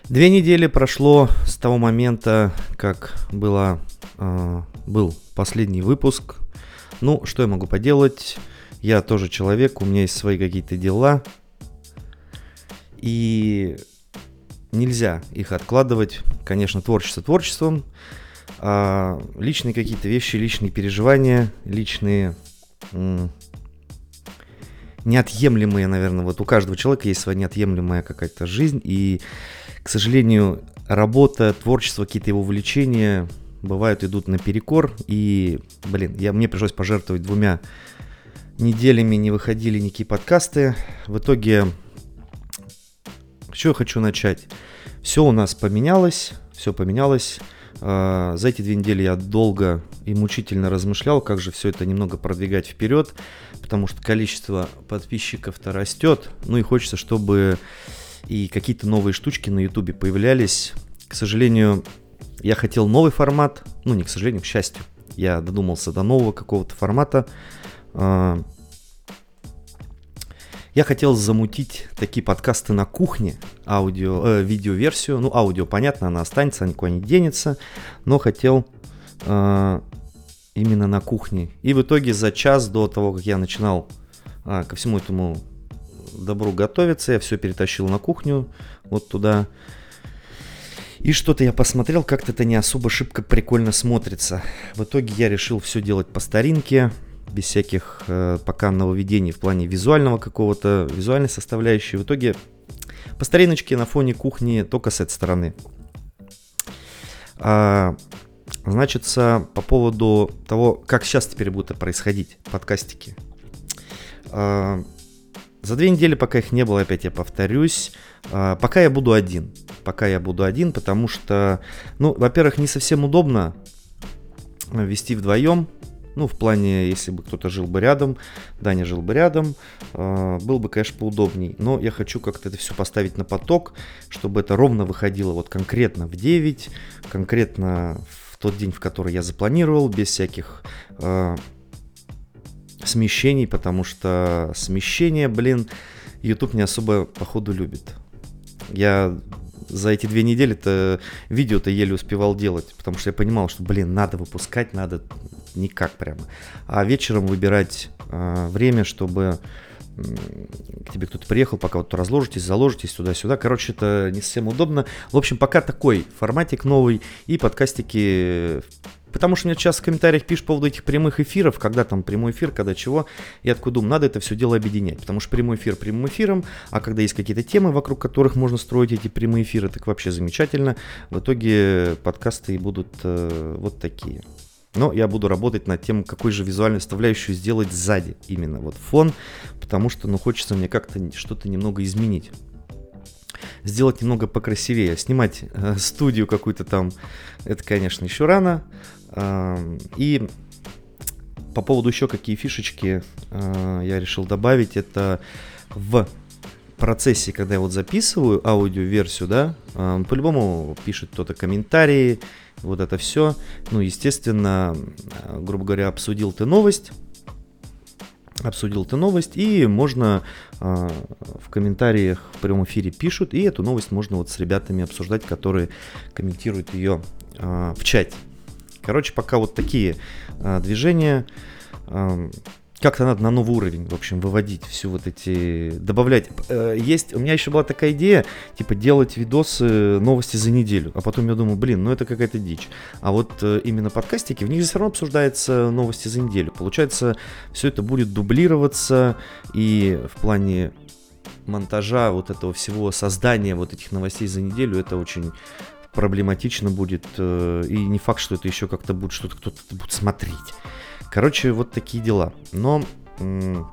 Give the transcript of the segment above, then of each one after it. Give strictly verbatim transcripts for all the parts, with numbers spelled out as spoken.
Две недели прошло с того момента, как была, э, был последний выпуск. Ну, что я могу поделать? Я тоже человек, у меня есть свои какие-то дела. И нельзя их откладывать. Конечно, творчество творчеством. А личные какие-то вещи, личные переживания, личные... М- неотъемлемые, наверное, вот у каждого человека есть своя неотъемлемая какая-то жизнь, и, к сожалению, работа, творчество, какие-то его увлечения бывают идут наперекор, и, блин, я, мне пришлось пожертвовать двумя неделями, не выходили никакие подкасты. В итоге, с чего я хочу начать? Все у нас поменялось, все поменялось. За эти две недели я долго и мучительно размышлял, как же все это немного продвигать вперед, потому что количество подписчиков-то растет, ну и хочется, чтобы и какие-то новые штучки на ютубе появлялись. К сожалению, я хотел новый формат, ну не к сожалению, к счастью, я додумался до нового какого-то формата. Я хотел замутить такие подкасты на кухне, аудио, э, видеоверсию. Ну, аудио, понятно, она останется, никуда не денется. Но хотел э, именно на кухне. И в итоге за час до того, как я начинал э, ко всему этому добру готовиться, я все перетащил на кухню, вот туда. И что-то я посмотрел, как-то это не особо шибко прикольно смотрится. В итоге я решил все делать по старинке, без всяких э, пока нововведений в плане визуального какого-то, визуальной составляющей. В итоге по стариночке на фоне кухни только с этой стороны. А, значится, по поводу того, как сейчас теперь будут происходить подкастики. А, за две недели, пока их не было, опять я повторюсь, а, пока я буду один. Пока я буду один, потому что, ну, во-первых, не совсем удобно вести вдвоем. Ну, в плане, если бы кто-то жил бы рядом, Даня жил бы рядом, э, было бы, конечно, поудобней. Но я хочу как-то это все поставить на поток, чтобы это ровно выходило вот конкретно в девять, конкретно в тот день, в который я запланировал, без всяких э, смещений, потому что смещение, блин, YouTube не особо, походу, любит. Я... За эти две недели-то видео-то еле успевал делать, потому что я понимал, что, блин, надо выпускать, надо никак прямо. А вечером выбирать э, время, чтобы э, к тебе кто-то приехал, пока вот разложитесь, заложитесь туда-сюда. Короче, это не совсем удобно. В общем, пока такой форматик новый и подкастики... Потому что мне часто в комментариях пишут по поводу этих прямых эфиров, когда там прямой эфир, когда чего. Я такой думаю, надо это все дело объединять, потому что прямой эфир прямым эфиром, а когда есть какие-то темы, вокруг которых можно строить эти прямые эфиры, так вообще замечательно. В итоге подкасты будут э, вот такие. Но я буду работать над тем, какой же визуальную составляющую сделать сзади, именно вот фон, потому что, ну, хочется мне как-то что-то немного изменить. Сделать немного покрасивее. Снимать э, студию какую-то там, это, конечно, еще рано. Э, и по поводу еще какие фишечки э, я решил добавить, это в процессе, когда я вот записываю аудиоверсию, да, э, по-любому пишет кто-то комментарии, вот это все. Ну, естественно, э, грубо говоря, обсудил ты новость, обсудил эту новость, и можно э, в комментариях в прямом эфире пишут, и эту новость можно вот с ребятами обсуждать, которые комментируют ее э, в чате. Короче, пока вот такие э, движения. Э, как-то надо на новый уровень, в общем, выводить все вот эти, добавлять. Э, есть, у меня еще была такая идея, типа делать видосы, новости за неделю, а потом я думаю, блин, ну это какая-то дичь. А вот э, именно подкастики, в них же все равно обсуждаются новости за неделю. Получается, все это будет дублироваться, и в плане монтажа вот этого всего, создания вот этих новостей за неделю, это очень проблематично будет, э, и не факт, что это еще как-то будет, что-то кто-то будет смотреть. Короче, вот такие дела. Но м-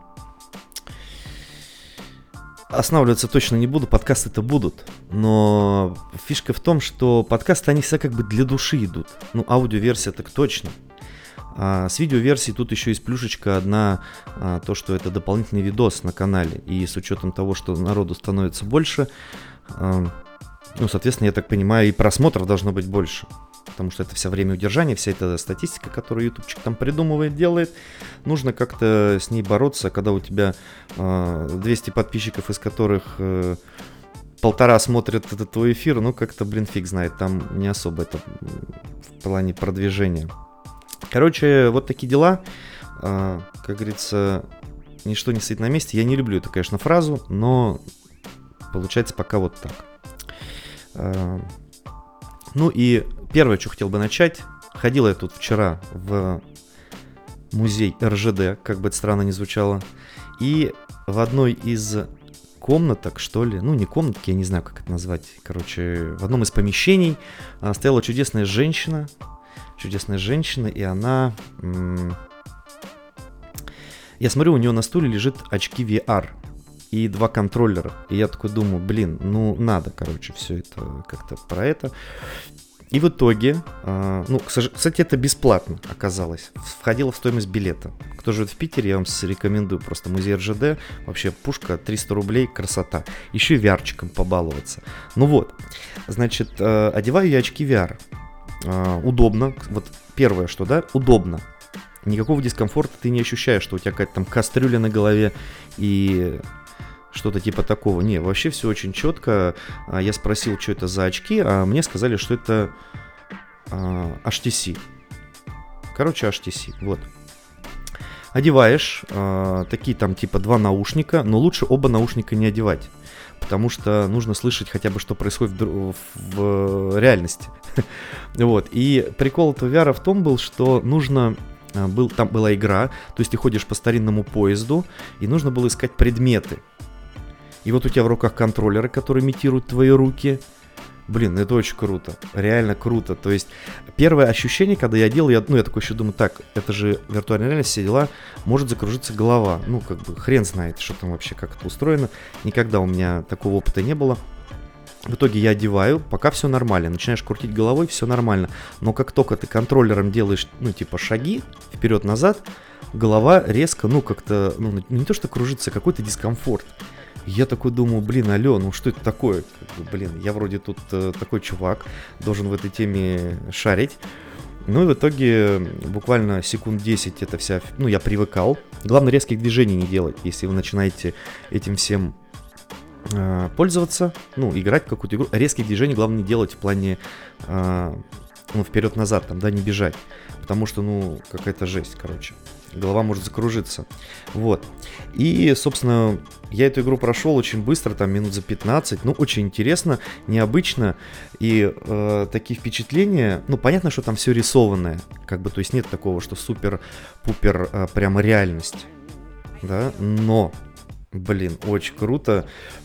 останавливаться точно не буду, подкасты-то будут. Но фишка в том, что подкасты, они все как бы для души идут. Ну, аудиоверсия так точно. А с видеоверсией тут еще есть плюшечка одна, а, то, что это дополнительный видос на канале. И с учетом того, что народу становится больше, а, ну, соответственно, я так понимаю, и просмотров должно быть больше. Потому что это все время удержания, вся эта статистика, которую ютубчик там придумывает, делает. Нужно как-то с ней бороться, когда у тебя э, двести подписчиков, из которых э, полтора смотрят этот твой эфир, ну, как-то, блин, фиг знает, там не особо это в плане продвижения. Короче, вот такие дела. А, как говорится, ничто не стоит на месте. Я не люблю эту, конечно, фразу, но получается пока вот так. А, ну и первое, что хотел бы начать. Ходил я тут вчера в музей эр жэ дэ, как бы это странно ни звучало. И в одной из комнаток, что ли, ну не комнатки, я не знаю, как это назвать. Короче, в одном из помещений стояла чудесная женщина. Чудесная женщина, и она... М- я смотрю, у нее на стуле лежит очки ви ар и два контроллера. И я такой думаю, блин, ну надо, короче, все это как-то про это. И в итоге, э, ну, кстати, это бесплатно оказалось. Входило в стоимость билета. Кто живет в Питере, я вам рекомендую. Просто музей эр жэ дэ. Вообще пушка, триста рублей, красота. Еще и ви ар-чиком побаловаться. Ну вот, значит, э, одеваю я очки ви ар. Э, удобно. Вот первое, что, да, удобно. Никакого дискомфорта ты не ощущаешь, что у тебя какая-то там кастрюля на голове и... что-то типа такого. Не, вообще все очень четко. Я спросил, что это за очки, а мне сказали, что это а, эйч ти си. Короче, эйч ти си. Вот. Одеваешь а, такие там типа два наушника, но лучше оба наушника не одевать, потому что нужно слышать хотя бы, что происходит в, в, в реальности. Вот. И прикол этого ви ар в том был, что нужно... Был, там была игра, то есть ты ходишь по старинному поезду, и нужно было искать предметы. И вот у тебя в руках контроллеры, которые имитируют твои руки. Блин, это очень круто. Реально круто. То есть первое ощущение, когда я делал, я, ну, я такой еще думаю, так, это же виртуальная реальность, все дела, может закружиться голова. Ну, как бы, хрен знает, что там вообще, как это устроено. Никогда у меня такого опыта не было. В итоге я одеваю, пока все нормально. Начинаешь крутить головой, все нормально. Но как только ты контроллером делаешь, ну, типа, шаги вперед-назад, голова резко, ну, как-то, ну, не то что кружится, какой-то дискомфорт. Я такой думаю, блин, алё, ну что это такое? Блин, я вроде тут э, такой чувак, должен в этой теме шарить. Ну и в итоге буквально секунд десять это вся, ну, я привыкал. Главное, резких движений не делать, если вы начинаете этим всем э, пользоваться, ну, играть в какую-то игру. Резких движений главное не делать в плане, э, ну, вперед-назад, там, да, не бежать. Потому что, ну, какая-то жесть, короче. Голова может закружиться. Вот. И, собственно, я эту игру прошел очень быстро, там минут за пятнадцать. Ну, очень интересно, необычно. И э, такие впечатления... Ну, понятно, что там все рисованное. Как бы, то есть нет такого, что супер-пупер э, прямо реальность. Да? Но, блин, очень круто.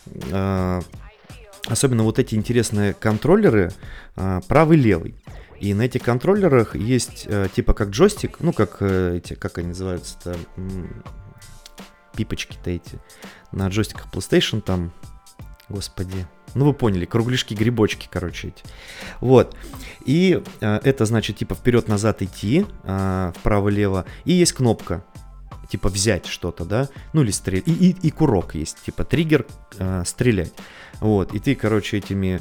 Э, особенно вот эти интересные контроллеры, э, правый-левый. И на этих контроллерах есть э, типа как джойстик, ну как э, эти, как они называются-то, м- пипочки-то эти, на джойстиках PlayStation там, господи, ну вы поняли, кругляшки-грибочки, короче, эти. Вот, и э, это значит типа вперед-назад идти, э, вправо-лево, и есть кнопка, типа взять что-то, да, ну или стрелять, и, и, и курок есть, типа триггер, э, стрелять, вот, и ты, короче, этими...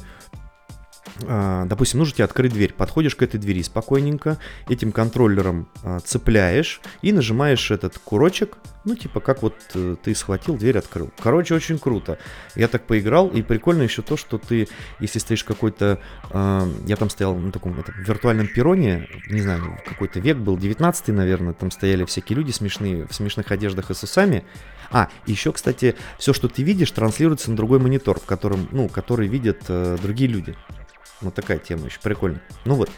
Допустим, нужно тебе открыть дверь. Подходишь к этой двери спокойненько, этим контроллером а, цепляешь и нажимаешь этот курочек. Ну, типа, как вот э, ты схватил, дверь открыл. Короче, очень круто. Я так поиграл, и прикольно еще то, что ты, если стоишь какой-то... Э, я там стоял на таком этом, виртуальном перроне, не знаю, какой-то век был, девятнадцатый, наверное, там стояли всякие люди смешные, в смешных одеждах и с усами. А, еще, кстати, все, что ты видишь, транслируется на другой монитор, в котором, ну, который видят э, другие люди. Вот такая тема еще, прикольно. Ну вот.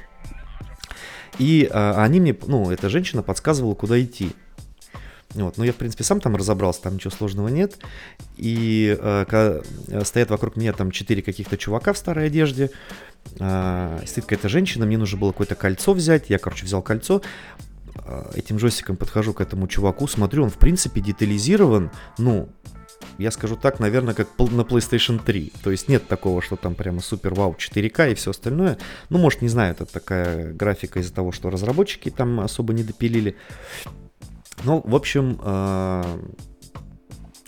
И а, они мне, ну, эта женщина подсказывала, куда идти. Вот. Но я, в принципе, сам там разобрался, там ничего сложного нет. И а, когда стоят вокруг меня там четыре каких-то чувака в старой одежде. А, стоит какая-то женщина, мне нужно было какое-то кольцо взять. Я, короче, взял кольцо. А, этим джойстиком подхожу к этому чуваку, смотрю, он, в принципе, детализирован, ну... Я скажу так, наверное, как на PlayStation три. То есть нет такого, что там прямо супер вау четыре ка и все остальное. Ну, может, не знаю, это такая графика из-за того, что разработчики там особо не допилили. Ну, в общем,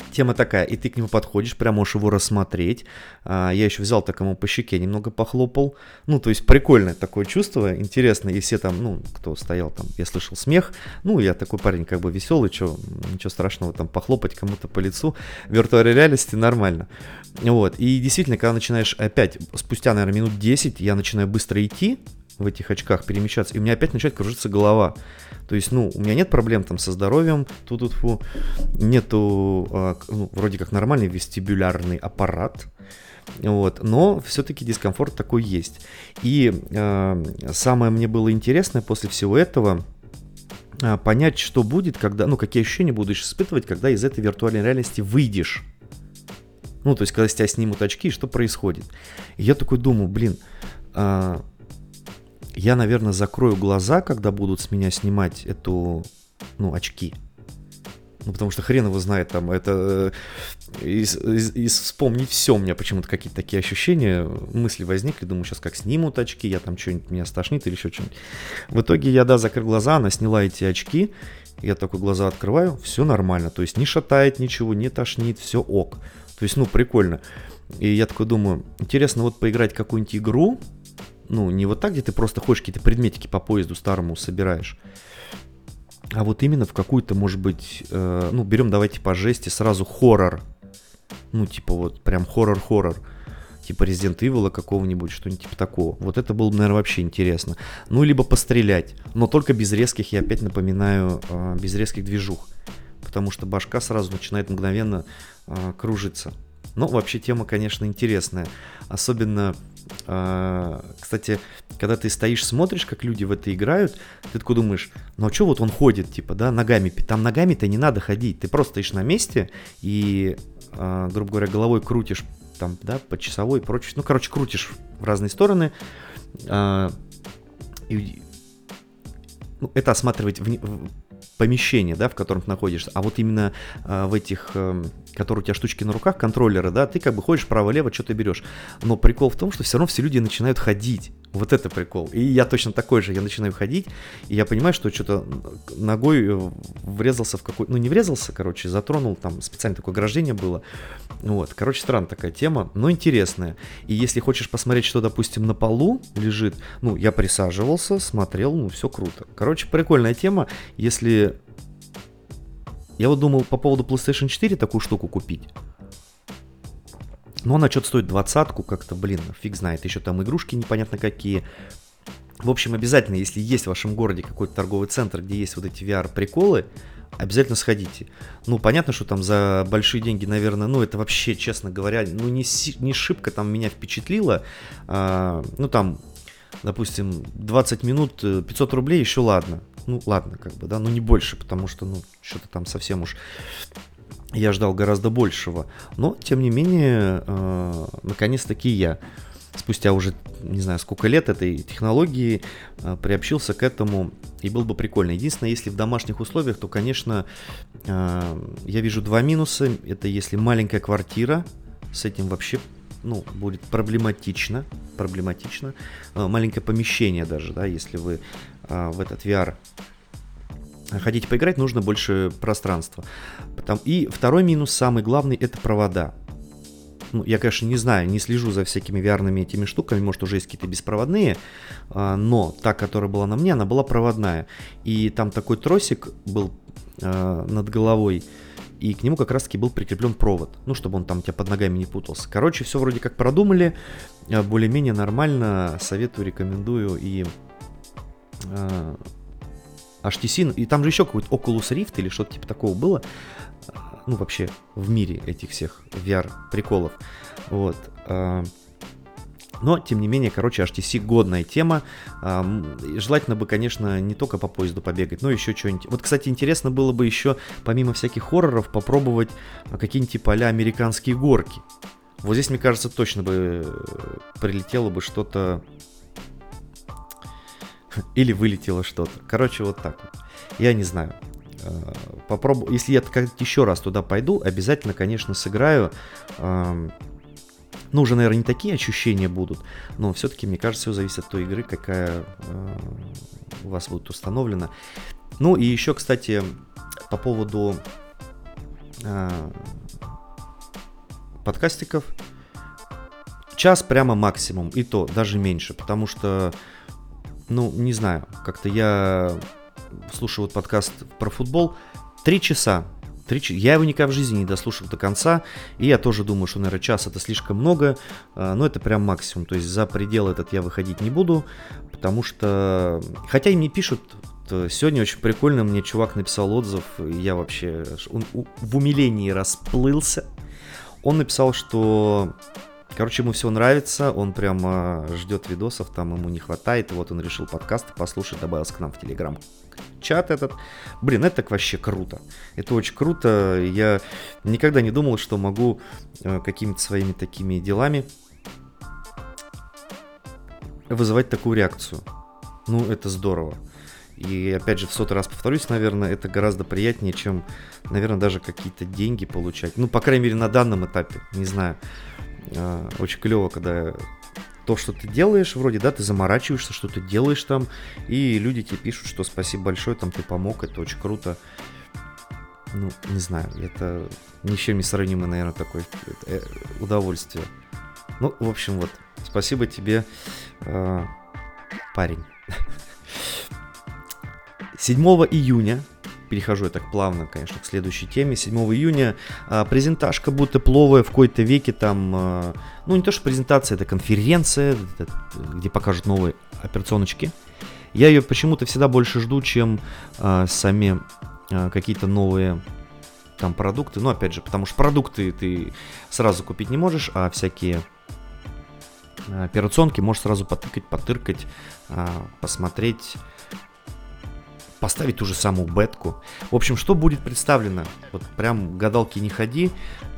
Тема такая, и ты к нему подходишь, прям можешь его рассмотреть. А, я еще взял так ему по щеке, немного похлопал. Ну, то есть прикольное такое чувство, интересно. И все там, ну, кто стоял там, я слышал смех. Ну, я такой парень как бы веселый, чё, ничего страшного там похлопать кому-то по лицу. В виртуальной реальности нормально. Вот, и действительно, когда начинаешь опять, спустя, наверное, минут десять, я начинаю быстро идти в этих очках, перемещаться, и у меня опять начинает кружиться голова. То есть, ну, у меня нет проблем там со здоровьем, ту-ту-фу, нету, а, ну, вроде как нормальный вестибулярный аппарат, вот, но все-таки дискомфорт такой есть. И а, самое мне было интересное после всего этого, а, понять, что будет, когда, ну, какие ощущения будешь испытывать, когда из этой виртуальной реальности выйдешь. Ну, то есть, когда с тебя снимут очки, что происходит. И я такой думаю, блин, а, я, наверное, закрою глаза, когда будут с меня снимать эту, ну, очки. Ну, потому что хрен его знает, там, это... Из, из, из вспомнить все, у меня почему-то какие-то такие ощущения, мысли возникли, думаю, сейчас как снимут очки, я там что-нибудь, меня стошнит или еще что-нибудь. В итоге я, да, закрыл глаза, она сняла эти очки, я такой глаза открываю, все нормально, то есть не шатает ничего, не тошнит, все ок. То есть, ну, прикольно. И я такой думаю, интересно вот поиграть какую-нибудь игру, ну, не вот так, где ты просто ходишь, какие-то предметики по поезду старому собираешь, а вот именно в какую-то, может быть, э, ну, берем, давайте по жести, сразу хоррор. Ну, типа вот прям хоррор-хоррор. Типа Resident Evil какого-нибудь, что-нибудь типа такого. Вот это было бы, наверное, вообще интересно. Ну, либо пострелять. Но только без резких, я опять напоминаю, э, без резких движух. Потому что башка сразу начинает мгновенно э, кружиться. Но вообще тема, конечно, интересная. Особенно, э, кстати, когда ты стоишь, смотришь, как люди в это играют, ты такой думаешь, ну а что вот он ходит, типа, да, ногами, там ногами-то не надо ходить, ты просто стоишь на месте и, э, грубо говоря, головой крутишь, там, да, по часовой и прочее, ну, короче, крутишь в разные стороны, э, и, ну, это осматривать в, в помещение, да, в котором ты находишься, а вот именно э, в этих... Э, которые у тебя штучки на руках, контроллеры, да, ты как бы ходишь право-лево, что-то берешь. Но прикол в том, что все равно все люди начинают ходить. Вот это прикол. И я точно такой же, я начинаю ходить, и я понимаю, что что-то ногой врезался в какой... Ну, не врезался, короче, затронул, там специально такое ограждение было. Вот, короче, странная такая тема, но интересная. И если хочешь посмотреть, что, допустим, на полу лежит, ну, я присаживался, смотрел, ну, все круто. Короче, прикольная тема, если... Я вот думал по поводу PlayStation четыре такую штуку купить. Но она что-то стоит двадцатку, как-то, блин, фиг знает. Еще там игрушки непонятно какие. В общем, обязательно, если есть в вашем городе какой-то торговый центр, где есть вот эти ви ар-приколы, обязательно сходите. Ну, понятно, что там за большие деньги, наверное, ну, это вообще, честно говоря, ну, не, не шибко там меня впечатлило. А, ну, там, допустим, двадцать минут, пятьсот рублей, еще ладно. Ну, ладно, как бы, да, но не больше, потому что, ну, что-то там совсем уж я ждал гораздо большего. Но, тем не менее, э, наконец-таки я, спустя уже, не знаю, сколько лет этой технологии, э, приобщился к этому, и было бы прикольно. Единственное, если в домашних условиях, то, конечно, э, я вижу два минуса. Это если маленькая квартира, с этим вообще, ну, будет проблематично, проблематично. Э, маленькое помещение даже, да, если вы в этот ви ар хотите поиграть, нужно больше пространства. Потом... И второй минус, самый главный, это провода. Ну, я, конечно, не знаю, не слежу за всякими ви ар-ными этими штуками, может, уже есть какие-то беспроводные, но та, которая была на мне, она была проводная. И там такой тросик был над головой, и к нему как раз-таки был прикреплен провод, ну, чтобы он там у тебя под ногами не путался. Короче, все вроде как продумали, более-менее нормально, советую, рекомендую, и эйч ти си, и там же еще какой-то Oculus Rift или что-то типа такого было, ну, вообще в мире этих всех ви ар-приколов, вот. Но, тем не менее, короче, эйч ти си годная тема. Желательно бы, конечно, не только по поезду побегать, но еще что-нибудь. Вот, кстати, интересно было бы еще, помимо всяких хорроров, попробовать какие-нибудь типа а-ля американские горки. Вот здесь, мне кажется, точно бы прилетело бы что-то... Или вылетело что-то. Короче, вот так вот. Я не знаю. Попробую. Если я еще раз туда пойду, обязательно, конечно, сыграю. Ну, уже, наверное, не такие ощущения будут, но все-таки, мне кажется, все зависит от той игры, какая у вас будет установлена. Ну, и еще, кстати, по поводу э, подкастиков. Час прямо максимум, и то даже меньше, потому что, ну, не знаю, как-то я слушаю вот подкаст про футбол, три часа. Три, я его никогда в жизни не дослушал до конца, и я тоже думаю, что, наверное, час это слишком много, но это прям максимум, то есть за предел этот я выходить не буду, потому что, хотя и мне пишут, сегодня очень прикольно, мне чувак написал отзыв, и я вообще он в умилении расплылся, он написал, что, короче, ему все нравится, он прям ждет видосов, там ему не хватает, и вот он решил подкасты послушать, добавился к нам в Телеграм. Чат этот, блин, это так вообще круто, это очень круто, я никогда не думал, что могу э, какими-то своими такими делами вызывать такую реакцию, ну это здорово, и опять же в сотый раз повторюсь, наверное, это гораздо приятнее, чем, наверное, даже какие-то деньги получать, ну по крайней мере на данном этапе, не знаю, э, очень клево, когда... То, что ты делаешь, вроде, да, ты заморачиваешься, что ты делаешь там, и люди тебе пишут, что спасибо большое, там, ты помог, это очень круто. Ну, не знаю, это ни с чем не сравнимое, наверное, такое удовольствие. Ну, в общем, вот, спасибо тебе, э, парень. седьмого июня, перехожу я так плавно, конечно, к следующей теме. седьмого июня а, презентажка будет тепловая в какой-то веке там, а, ну не то что презентация, это конференция, это, где покажут новые операционочки. Я ее почему-то всегда больше жду, чем а, сами а, какие-то новые там продукты. Ну опять же, потому что продукты ты сразу купить не можешь, а всякие а, операционки можешь сразу потыкать, потыркать, а, посмотреть... Поставить ту же самую бетку. В общем, что будет представлено? Вот прям гадалки не ходи.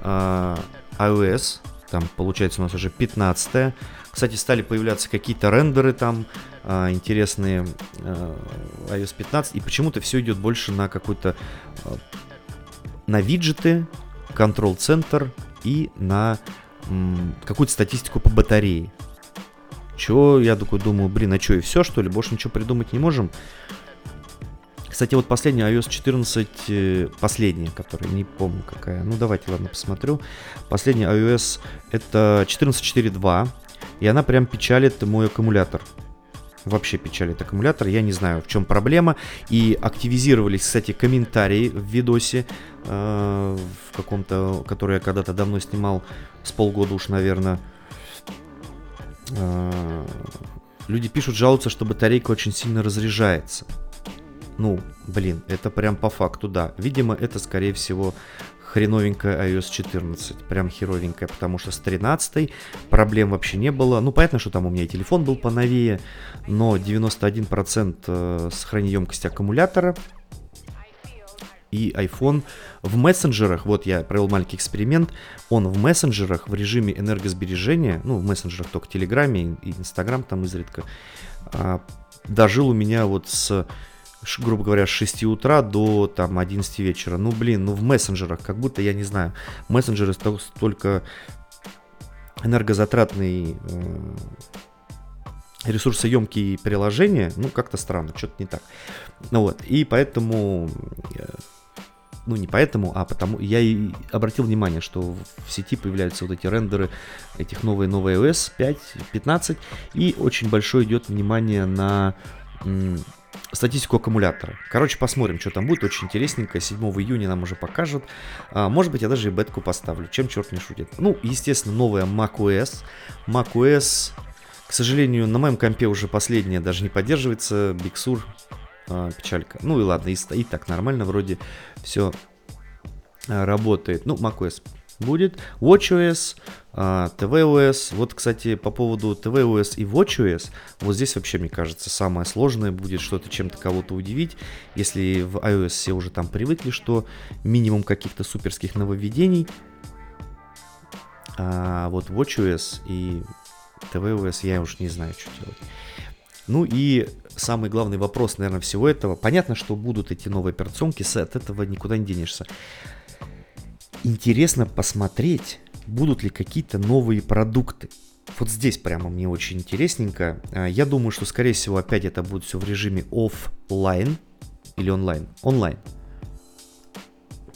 iOS, там получается у нас уже пятнадцатая. Кстати, стали появляться какие-то рендеры там интересные iOS пятнадцать. И почему-то все идет больше на какой-то... на виджеты, контрол-центр и на м, какую-то статистику по батарее. Чё, я такой думаю, блин, а чё, и все, что ли? Больше ничего придумать не можем? Кстати, вот последняя iOS четырнадцать, последняя, которая, не помню какая, ну давайте, ладно, посмотрю. Последняя iOS это четырнадцать четыре два, и она прям печалит мой аккумулятор. Вообще печалит аккумулятор, я не знаю, в чем проблема. И активизировались, кстати, комментарии в видосе, э, в каком-то, который я когда-то давно снимал, с полгода уж, наверное. Э, люди пишут, жалуются, что батарейка очень сильно разряжается. Ну, блин, это прям по факту, да. Видимо, это, скорее всего, хреновенькая iOS четырнадцать. Прям херовенькая, потому что с тринадцатой проблем вообще не было. Ну, понятно, что там у меня и телефон был поновее, но девяносто один процент сохранения емкости аккумулятора. И iPhone в мессенджерах, вот я провел маленький эксперимент, он в мессенджерах в режиме энергосбережения, ну, в мессенджерах только в Телеграме и Инстаграм там изредка, дожил у меня вот с... грубо говоря, с шести утра до там одиннадцати вечера. Ну, блин, ну в мессенджерах, как будто, я не знаю, мессенджеры столько энергозатратные, э, ресурсоемкие приложения, ну, как-то странно, что-то не так. Ну вот, и поэтому, э, ну, не поэтому, а потому, я и обратил внимание, что в сети появляются вот эти рендеры этих новые, новые iOS пять, пятнадцать, и очень большое идет внимание на... М- статистику аккумулятора. Короче, посмотрим, что там будет. Очень интересненько. седьмого июня нам уже покажут. А, может быть, я даже и бетку поставлю. Чем черт не шутит. Ну, естественно, новая macOS. macOS, к сожалению, на моем компе уже последняя даже не поддерживается. Big Sur. А, печалька. Ну и ладно, и стоит так нормально. Вроде все а, работает. Ну, macOS будет. watchOS, uh, tvOS. Вот, кстати, по поводу tvOS и watchOS, вот здесь вообще, мне кажется, самое сложное будет что-то чем-то кого-то удивить. Если в iOS все уже там привыкли, что минимум каких-то суперских нововведений, а вот watchOS и tvOS я уж не знаю, что делать. Ну и самый главный вопрос, наверное, всего этого. Понятно, что будут эти новые операционки, от этого никуда не денешься. Интересно посмотреть, будут ли какие-то новые продукты. Вот здесь прямо мне очень интересненько. Я думаю, что, скорее всего, опять это будет все в режиме оффлайн или онлайн. Онлайн.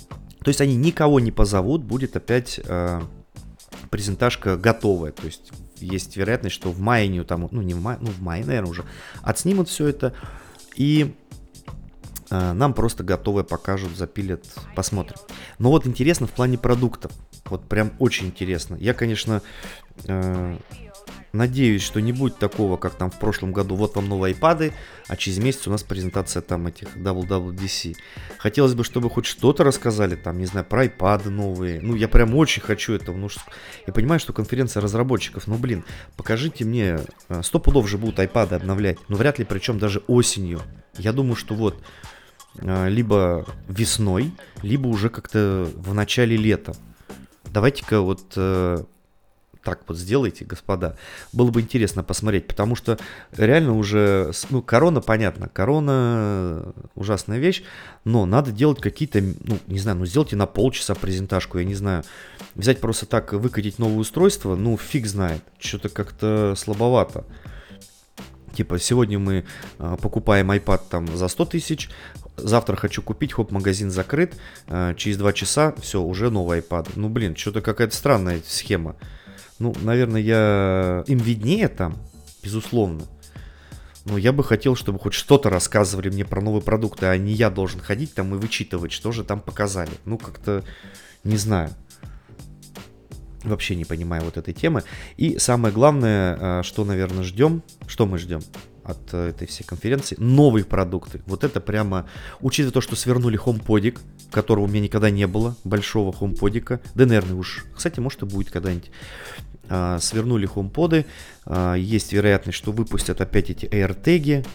То есть они никого не позовут, будет опять э, презентажка готовая. То есть есть вероятность, что в мае, не, там, ну не в мае, ну в мае, наверное, уже отснимут все это. И э, нам просто готовое покажут, запилят, посмотрим. Но вот интересно в плане продуктов. Вот прям очень интересно. Я, конечно, э, надеюсь, что не будет такого, как там в прошлом году. Вот вам новые айпады, а через месяц у нас презентация там этих дабл ю дабл ю ди си. Хотелось бы, чтобы хоть что-то рассказали, там, не знаю, про айпады новые. Ну, я прям очень хочу этого. Ну, я понимаю, что конференция разработчиков, но, блин, покажите мне, сто пудов же будут айпады обновлять. Ну, вряд ли, причем даже осенью. Я думаю, что вот либо весной, либо уже как-то в начале лета. Давайте-ка вот э, так вот сделайте, господа. Было бы интересно посмотреть, потому что реально уже, ну, корона, понятно, корона ужасная вещь, но надо делать какие-то, ну, не знаю, ну, сделайте на полчаса презентажку, я не знаю. Взять просто так, выкатить новое устройство, ну, фиг знает, что-то как-то слабовато. Типа, сегодня мы э, покупаем iPad там за сто тысяч, завтра хочу купить, хоп, магазин закрыт, э, через два часа, все, уже новый iPad. Ну, блин, что-то какая-то странная схема. Ну, наверное, я... им виднее там, безусловно. Но я бы хотел, чтобы хоть что-то рассказывали мне про новые продукты, а не я должен ходить там и вычитывать, что же там показали. Ну, как-то, не знаю. Вообще не понимаю вот этой темы. И самое главное, что, наверное, ждем, что мы ждем от этой всей конференции, новые продукты. Вот это прямо, учитывая то, что свернули HomePodик, которого у меня никогда не было, большого HomePodика, да, наверное, уж, кстати, может и будет когда-нибудь. А, свернули HomePod'ы, а, есть вероятность, что выпустят опять эти AirTag'и.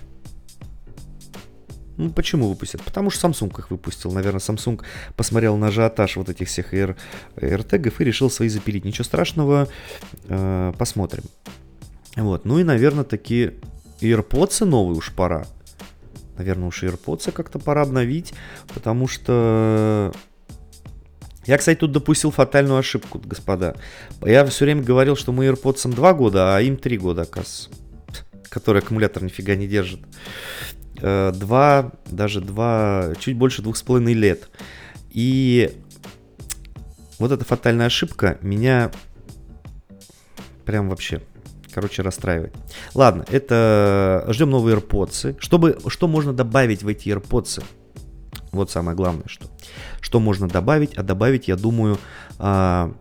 Ну, почему выпустят? Потому что Samsung их выпустил. Наверное, Samsung посмотрел на ажиотаж вот этих всех Air, AirTag'ов и решил свои запилить. Ничего страшного, э, посмотрим. Вот. Ну и, наверное, такие AirPods новые уж пора. Наверное, уж AirPods как-то пора обновить, потому что... Я, кстати, тут допустил фатальную ошибку, господа. Я все время говорил, что мы AirPods два года, а им три года, оказывается. Который аккумулятор нифига не держит. Два, даже два, чуть больше двух с половиной лет. И вот эта фатальная ошибка меня прям вообще, короче, расстраивает. Ладно, это ждем новые AirPods. Чтобы, что можно добавить в эти AirPods? Вот самое главное, что. Что можно добавить? А добавить, я думаю, а,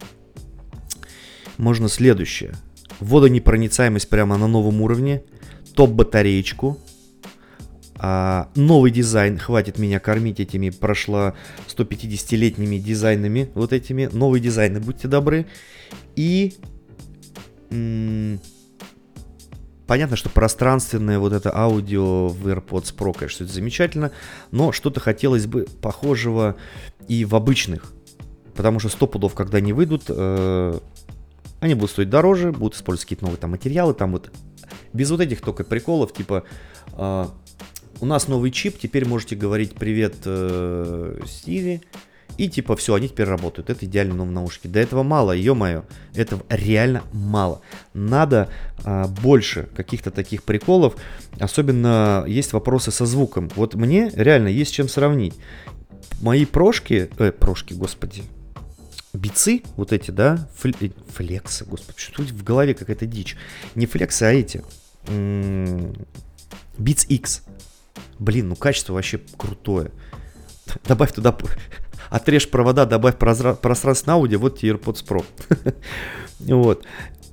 можно следующее. Водонепроницаемость прямо на новом уровне. Топ-батареечку. А, новый дизайн, хватит меня кормить этими прошло сто пятидесятилетними дизайнами, вот этими, новые дизайны, будьте добры. И м- понятно, что пространственное вот это аудио в AirPods Pro, конечно, это замечательно, но что-то хотелось бы похожего и в обычных, потому что сто пудов, когда они выйдут, э- они будут стоить дороже, будут использовать какие-то новые там материалы, там вот, без вот этих только приколов, типа... Э- У нас новый чип, теперь можете говорить привет э, Сири, и типа все, они теперь работают. Это идеально новые наушники. До этого мало, ё-моё, этого реально мало. Надо э, больше каких-то таких приколов, особенно есть вопросы со звуком. Вот мне реально есть чем сравнить. Мои прошки, э, прошки, господи, бицы, вот эти, да, фл- флексы, господи, что тут в голове какая-то дичь. Не флексы, а эти, м- Beats X. Блин, ну качество вообще крутое. Добавь туда, отрежь провода, добавь прозра- пространственное аудио, вот тебе AirPods Pro. Вот.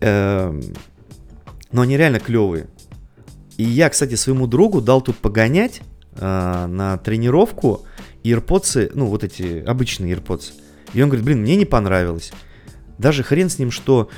Но они реально клевые. И я, кстати, своему другу дал тут погонять на тренировку AirPods, ну вот эти обычные AirPods. И он говорит, блин, мне не понравилось. Даже хрен с ним, что...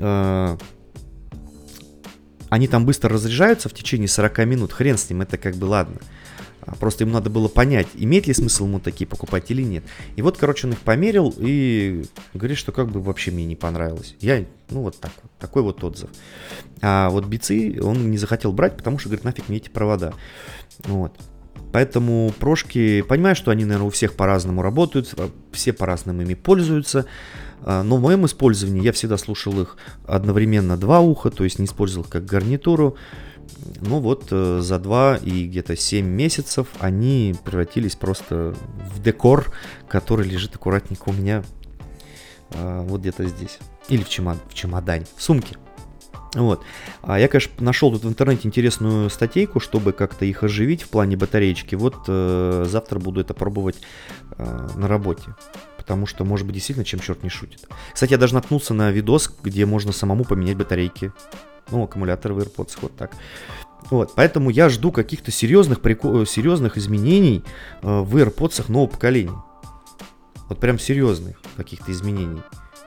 Они там быстро разряжаются в течение сорок минут. Хрен с ним, это как бы ладно. Просто ему надо было понять, имеет ли смысл ему такие покупать или нет. И вот, короче, он их померил и говорит, что как бы вообще мне не понравилось. Я, ну вот так вот, такой вот отзыв. А вот бицы он не захотел брать, потому что, говорит, нафиг мне эти провода. Вот. Поэтому прошки, понимаю, что они, наверное, у всех по-разному работают, все по-разному ими пользуются. Но в моем использовании я всегда слушал их одновременно два уха, то есть не использовал их как гарнитуру. Ну вот э, за два и где-то семь месяцев они превратились просто в декор, который лежит аккуратненько у меня э, вот где-то здесь. Или в, чемод... в чемодане, в сумке. Вот. А я, конечно, нашел тут в интернете интересную статейку, чтобы как-то их оживить в плане батареечки. Вот э, завтра буду это пробовать э, на работе. Потому что, может быть, действительно, чем черт не шутит. Кстати, я даже наткнулся на видос, где можно самому поменять батарейки. Ну, аккумуляторы в AirPods, вот так. Вот, поэтому я жду каких-то серьезных, прикол... серьезных изменений э, в AirPods нового поколения. Вот прям серьезных каких-то изменений.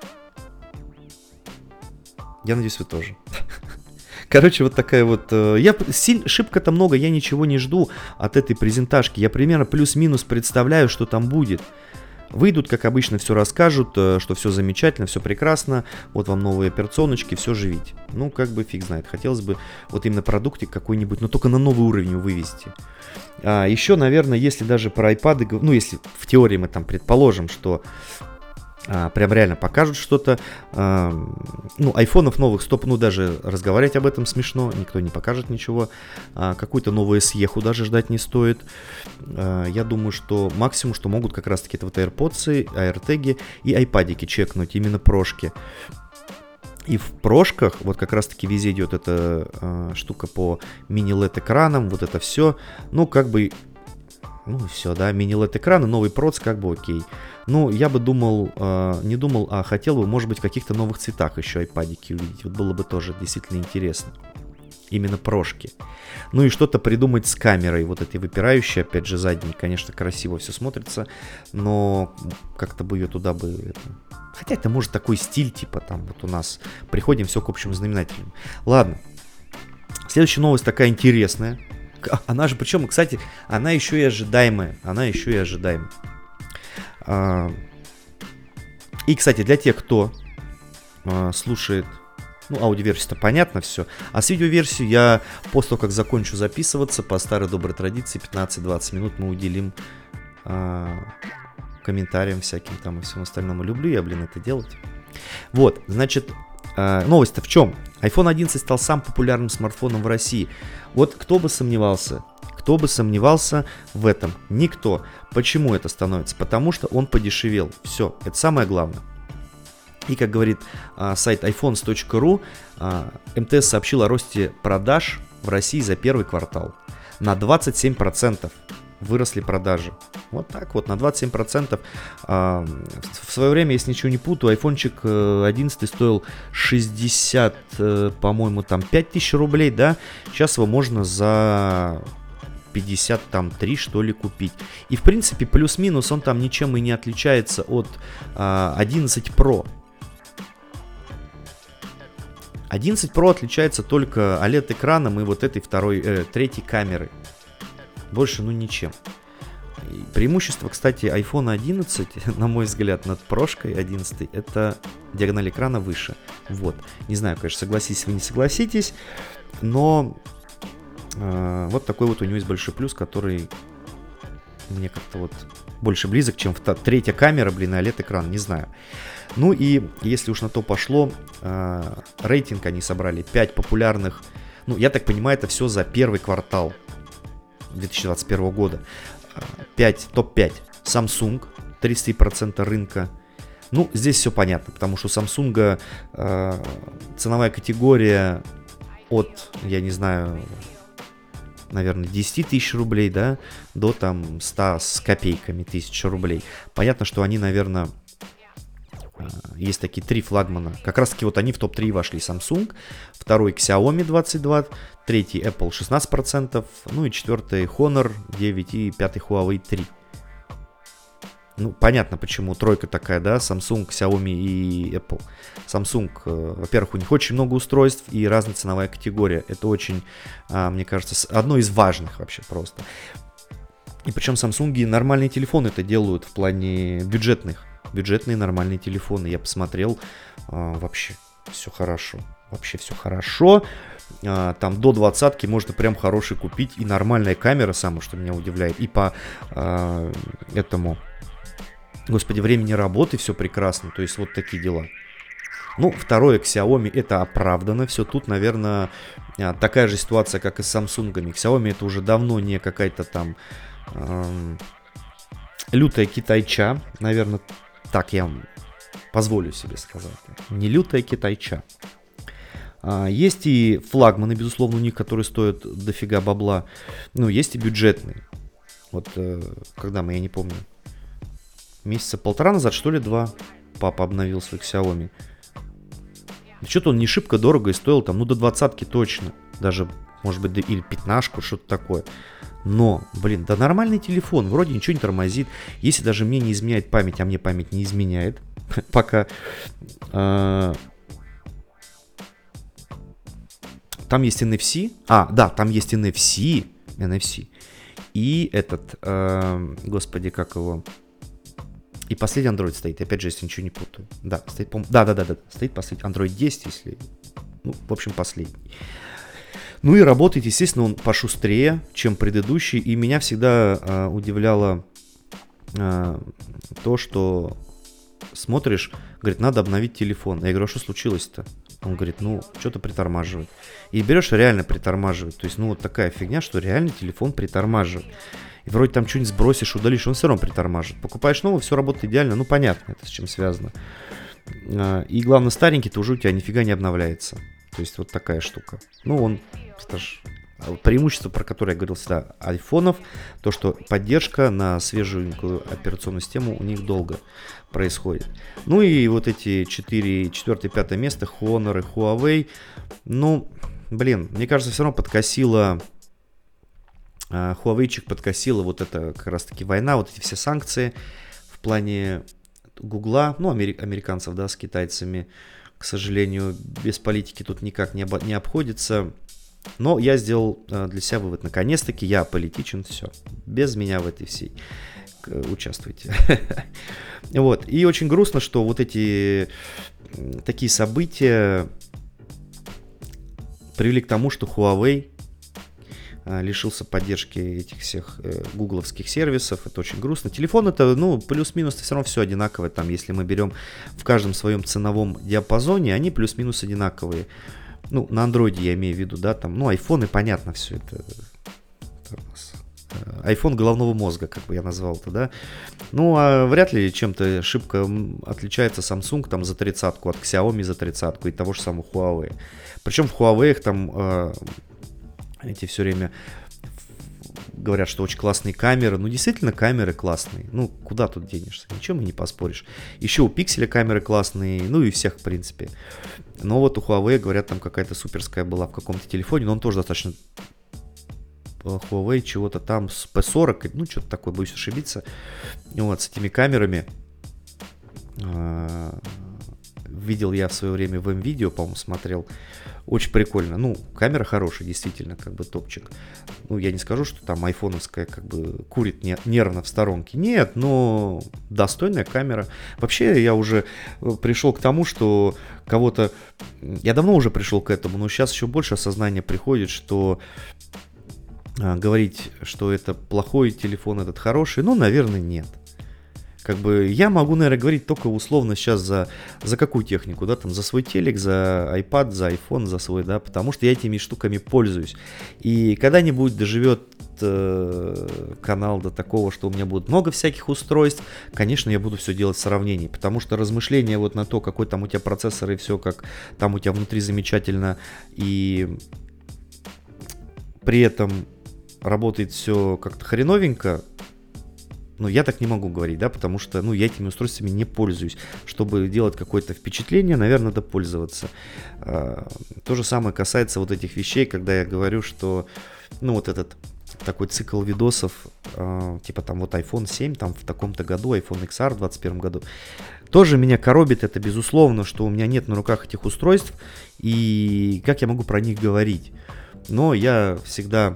Я надеюсь, вы тоже. Короче, вот такая вот... Э, я силь... Шибко-то много, я ничего не жду от этой презентажки. Я примерно плюс-минус представляю, что там будет. Выйдут, как обычно, все расскажут, что все замечательно, все прекрасно, вот вам новые операционочки, все живить. Ну, как бы фиг знает, хотелось бы вот именно продуктик какой-нибудь, но только на новый уровень вывести. А еще, наверное, если даже про iPad, ну, если в теории мы там предположим, что а, прям реально покажут что-то, а, ну, айфонов новых стоп, ну, даже разговаривать об этом смешно, никто не покажет ничего, а, какую-то новую эс и даже ждать не стоит. А, я думаю, что максимум, что могут как раз-таки это вот AirPods, AirTag и айпадики чекнуть, именно прошки. И в прошках вот как раз-таки везде идет эта а, штука по мини-эл и ди-экранам, вот это все, ну, как бы, ну, все, да, мини-эл и ди-экраны, новый проц, как бы окей. Ну, я бы думал, э, не думал, а хотел бы, может быть, в каких-то новых цветах еще айпадики увидеть. Вот было бы тоже действительно интересно. Именно прошки. Ну и что-то придумать с камерой, вот этой выпирающей, опять же, задней. Конечно, красиво все смотрится, но как-то бы ее туда бы... Это... Хотя это может такой стиль, типа там вот у нас приходим, все к общему знаменателю. Ладно. Следующая новость такая интересная. Она же, причем, кстати, она еще и ожидаемая. Она еще и ожидаемая. И, кстати, для тех, кто а, слушает, ну, аудиоверсию-то понятно все, а с видеоверсией я после того, как закончу записываться, по старой доброй традиции, пятнадцать-двадцать минут мы уделим а, комментариям всяким там и всему остальному. Люблю я, блин, это делать. Вот, значит, а, новость-то в чем? айфон одиннадцать стал самым популярным смартфоном в России. Вот кто бы сомневался, кто бы сомневался в этом? Никто. Почему это становится? Потому что он подешевел. Все, это самое главное. И, как говорит а, сайт айфонс точка ру, а, эм тэ эс сообщил о росте продаж в России за первый квартал. На двадцать семь процентов выросли продажи. Вот так вот, на двадцать семь процентов. А, в свое время, если ничего не путаю, айфончик одиннадцать стоил шестьдесят, по-моему, там пять тысяч рублей, да? Сейчас его можно за... пятьдесят три, что ли, купить. И, в принципе, плюс-минус он там ничем и не отличается от а, одиннадцать про. одиннадцать про отличается только о лед экраном и вот этой второй, э, третьей камеры. Больше, ну, ничем. И преимущество, кстати, айфон одиннадцать, на мой взгляд, над прошкой одиннадцать, это диагональ экрана выше. Вот. Не знаю, конечно, согласитесь вы, не согласитесь, но... Вот такой вот у него есть большой плюс, который мне как-то вот больше близок, чем в та- третья камера, блин, и о лед экран, не знаю. Ну и если уж на то пошло, э, рейтинг они собрали пять популярных, ну я так понимаю, это все за первый квартал две тысячи двадцать первого года. пять, топ пять. Samsung, тридцать три процента рынка. Ну, здесь все понятно, потому что у Samsung э, ценовая категория от, я не знаю... наверное, десять тысяч рублей, да, до там ста с копейками тысяч рублей. Понятно, что они, наверное, есть такие три флагмана. Как раз таки вот они в топ три вошли. Samsung, второй Xiaomi двадцать два, третий Apple шестнадцать процентов, ну и четвертый Honor девять и пятый Huawei три. Ну, понятно, почему тройка такая, да, Samsung, Xiaomi и Apple. Samsung, э, во-первых, у них очень много устройств и разная ценовая категория. Это очень, э, мне кажется, одно из важных вообще просто. И причем Samsung нормальные телефоны это делают в плане бюджетных. Бюджетные нормальные телефоны. Я посмотрел, э, вообще все хорошо. Вообще все хорошо. Э, там до двадцатки можно прям хороший купить. И нормальная камера, самое, что меня удивляет. И по э, этому... Господи, времени работы, все прекрасно. То есть вот такие дела. Ну, второе, Xiaomi, это оправдано. Все тут, наверное, такая же ситуация, как и с Samsung. Xiaomi это уже давно не какая-то там эм, лютая китайча. Наверное, так я позволю себе сказать. Не лютая китайча. А, есть и флагманы, безусловно, у них, которые стоят дофига бабла. Ну, есть и бюджетные. Вот э, когда мы, я не помню, месяца полтора назад, что ли, два, папа обновил свой Xiaomi. Что-то он не шибко дорого и стоил там, ну, до двадцатки точно. Даже, может быть, или пятнашку, что-то такое. Но, блин, да нормальный телефон, вроде ничего не тормозит. Если даже мне не изменяет память, а мне память не изменяет, пока... Там есть эн эф си. А, да, там есть эн эф си. эн эф си. И этот, господи, как его... И последний Android стоит, опять же, если ничего не путаю. Да, стоит, да, да, да, да, стоит последний Android десять, если, ну, в общем, последний. Ну и работает, естественно, он пошустрее, чем предыдущий. И меня всегда э, удивляло э, то, что смотришь, говорит, надо обновить телефон. Я говорю, а что случилось-то? Он говорит, ну, что-то притормаживает. И берешь, реально притормаживает. То есть, ну, вот такая фигня, что реально телефон притормаживает. И вроде там что-нибудь сбросишь, удалишь, он все равно притормаживает. Покупаешь новый, все работает идеально, ну понятно, это с чем связано. И главное, старенький-то уже у тебя нифига не обновляется. То есть вот такая штука. Ну, он, скажешь, преимущество, про которое я говорил всегда, айфонов, то, что поддержка на свеженькую операционную систему у них долго происходит. Ну и вот эти четыре, четвёртое, пятое место, Honor и Huawei, ну, блин, мне кажется, все равно подкосило... Huawei-чик подкосила вот это как раз-таки война, вот эти все санкции в плане Гугла, ну, амери- американцев, да, с китайцами, к сожалению, без политики тут никак не, обо- не обходится. Но я сделал для себя вывод, наконец-таки я политичен, все, без меня в этой всей участвуйте. Вот, и очень грустно, что вот эти такие события привели к тому, что Huawei лишился поддержки этих всех э, гугловских сервисов. Это очень грустно. Телефон это, ну, плюс-минус все равно все одинаковое. Там, если мы берем в каждом своем ценовом диапазоне, они плюс-минус одинаковые. Ну, на андроиде я имею в виду, да, там, ну, айфоны, понятно, все это. это у нас, э, iPhone головного мозга, как бы я назвал это, да. Ну, а вряд ли чем-то шибко отличается Samsung там за тридцатку от Xiaomi за тридцатку и того же самого Huawei. Причем в Huawei там... Э, Эти все время говорят, что очень классные камеры. Ну, действительно, камеры классные. Ну, куда тут денешься? Ничем и не поспоришь. Еще у Pixel камеры классные. Ну, и всех, в принципе. Но вот у Huawei, говорят, там какая-то суперская была в каком-то телефоне. Но он тоже достаточно... Huawei чего-то там с пи сорок. Ну, что-то такое, боюсь ошибиться. Вот, с этими камерами. Видел я в свое время в М-видео, по-моему, смотрел. Очень прикольно. Ну, камера хорошая, действительно, как бы топчик. Ну, я не скажу, что там айфоновская как бы курит нервно в сторонке. Нет, но достойная камера. Вообще, я уже пришел к тому, что кого-то... Я давно уже пришел к этому, но сейчас еще больше осознания приходит, что а, говорить, что это плохой телефон, этот хороший, ну, наверное, нет. Как бы я могу, наверное, говорить только условно сейчас за, за какую технику, да, там, за свой телек, за iPad, за iPhone, за свой, да, потому что я этими штуками пользуюсь. И когда-нибудь доживет э, канал до такого, что у меня будет много всяких устройств, конечно, я буду все делать в сравнении, потому что размышления вот на то, какой там у тебя процессор и все, как там у тебя внутри замечательно, и при этом работает все как-то хреновенько. Но я так не могу говорить, да, потому что, ну, я этими устройствами не пользуюсь. Чтобы делать какое-то впечатление, наверное, надо пользоваться. То же самое касается вот этих вещей, когда я говорю, что, ну, вот этот такой цикл видосов, типа там вот айфон семь, там в таком-то году, iPhone икс ар в двадцать первом году. Тоже меня коробит это, безусловно, что у меня нет на руках этих устройств, и как я могу про них говорить. Но я всегда...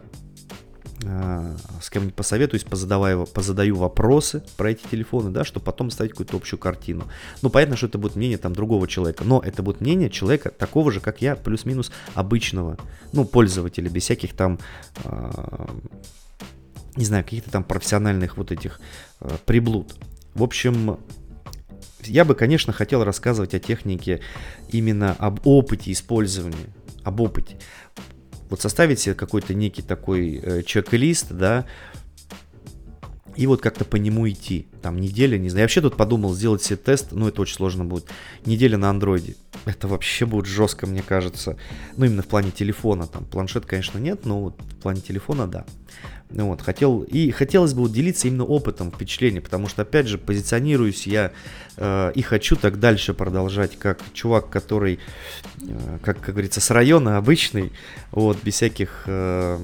с кем-нибудь посоветуюсь, позадаваю, позадаю вопросы про эти телефоны, да, чтобы потом ставить какую-то общую картину. Ну, понятно, что это будет мнение там другого человека, но это будет мнение человека такого же, как я, плюс-минус обычного, ну, пользователя, без всяких там, э, не знаю, каких-то там профессиональных вот этих э, приблуд. В общем, я бы, конечно, хотел рассказывать о технике именно об опыте использования, об опыте. Вот составить себе какой-то некий такой э, чек-лист, да, и вот как-то по нему идти. Там неделя, не знаю. Я вообще тут подумал сделать себе тест, но это очень сложно будет. Неделя на андроиде. Это вообще будет жестко, мне кажется. Ну, именно в плане телефона. Там планшет, конечно, нет, но вот в плане телефона, да. Ну, вот, хотел, и хотелось бы вот делиться именно опытом, впечатлением, потому что, опять же, позиционируюсь я э, и хочу так дальше продолжать, как чувак, который, э, как, как говорится, с района обычный, вот, без всяких... Э,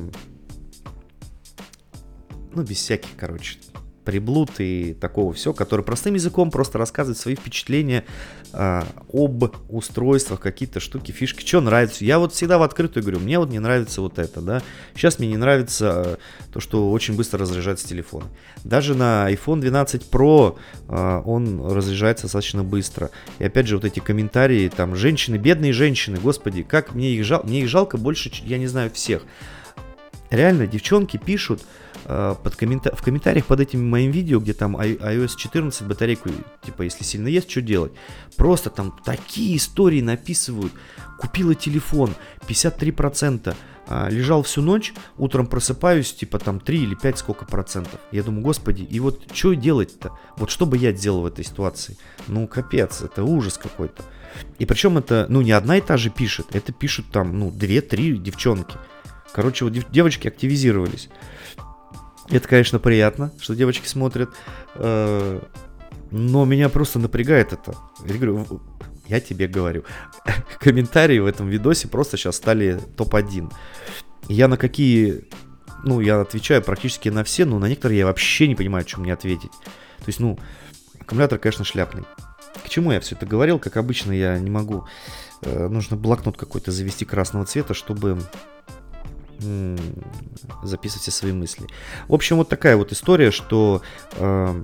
ну, без всяких, короче, приблуд и такого всего, который простым языком просто рассказывает свои впечатления э, об устройствах, какие-то штуки, фишки, что нравится. Я вот всегда в открытую говорю, мне вот не нравится вот это, да. Сейчас мне не нравится э, то, что очень быстро разряжается телефон. Даже на айфон двенадцать про э, он разряжается достаточно быстро. И опять же, вот эти комментарии, там, женщины, бедные женщины, господи, как мне их жалко, мне их жалко больше, я не знаю, всех. Реально, девчонки пишут э, под коммента- в комментариях под этим моим видео, где там ай о эс четырнадцать батарейку, типа, если сильно есть, что делать. Просто там такие истории написывают. Купила телефон, пятьдесят три процента, э, лежал всю ночь, утром просыпаюсь, типа, там три или пять сколько процентов. Я думаю, господи, и вот что делать-то? Вот что бы я делал в этой ситуации? Ну, капец, это ужас какой-то. И причем это, ну, не одна и та же пишет, это пишут там, ну, две-три девчонки. Короче, вот девочки активизировались. Это, конечно, приятно, что девочки смотрят. Но меня просто напрягает это. Я говорю, я тебе говорю. Комментарии в этом видосе просто сейчас стали топ один. Я на какие... Ну, я отвечаю практически на все, но на некоторые я вообще не понимаю, что мне ответить. То есть, ну, аккумулятор, конечно, шляпный. К чему я все это говорил? Как обычно, я не могу. Нужно блокнот какой-то завести красного цвета, чтобы... записывать все свои мысли. В общем, вот такая вот история, что э,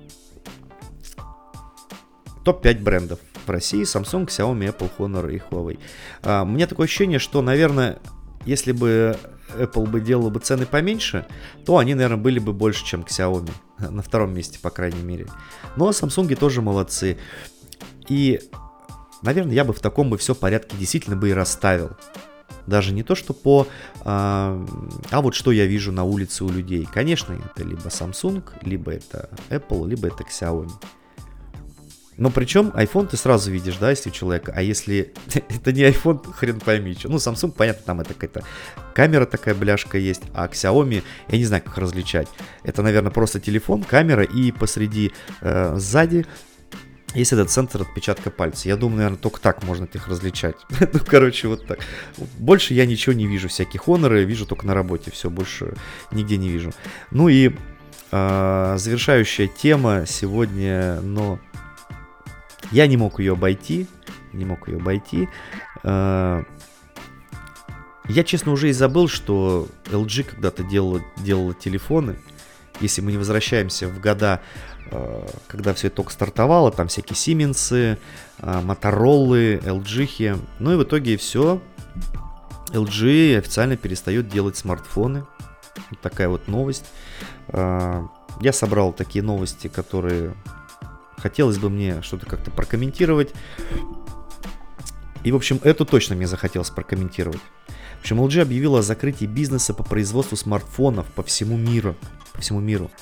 топ пять брендов в России: Samsung, Xiaomi, Apple, Honor и Huawei. А, у меня такое ощущение, что, наверное, если бы Apple бы делала бы цены поменьше, то они, наверное, были бы больше, чем Xiaomi. На втором месте, по крайней мере. Но Samsung тоже молодцы. И, наверное, я бы в таком бы все порядке действительно бы и расставил. Даже не то, что по... А, а вот что я вижу на улице у людей. Конечно, это либо Samsung, либо это Apple, либо это Xiaomi. Но причем iPhone ты сразу видишь, да, если у человека. А если это не iPhone, хрен пойми что. Ну, Samsung, понятно, там это какая-то камера такая, бляшка есть. А Xiaomi, я не знаю, как различать. Это, наверное, просто телефон, камера и посреди, э, сзади... есть этот сенсор отпечатка пальца. Я думаю, наверное, только так можно их различать. Ну, короче, вот так. Больше я ничего не вижу. Всяких Honor вижу только на работе. Все, больше нигде не вижу. Ну и э, завершающая тема сегодня, но я не мог ее обойти. Не мог ее обойти. Э, я, честно, уже и забыл, что эл джи когда-то делала, делала телефоны. Если мы не возвращаемся в года, когда все это только стартовало, там всякие Siemens, Motorola, эл джи. Ну и в итоге все. эл джи официально перестает делать смартфоны. Вот такая вот новость. Я собрал такие новости, которые хотелось бы мне что-то как-то прокомментировать. И, в общем, эту точно мне захотелось прокомментировать. В общем, эл джи объявила о закрытии бизнеса по производству смартфонов по всему миру. По всему миру.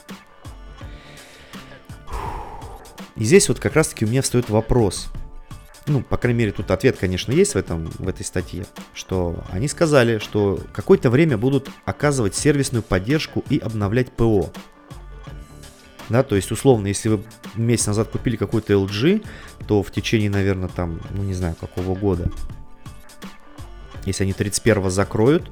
И здесь вот как раз-таки у меня встает вопрос. Ну, по крайней мере, тут ответ, конечно, есть в, этом, в этой статье. Что они сказали, что какое-то время будут оказывать сервисную поддержку и обновлять ПО. Да, то есть, условно, если вы месяц назад купили какой-то эл джи, то в течение, наверное, там, ну, не знаю, какого года, если они тридцать первого закроют,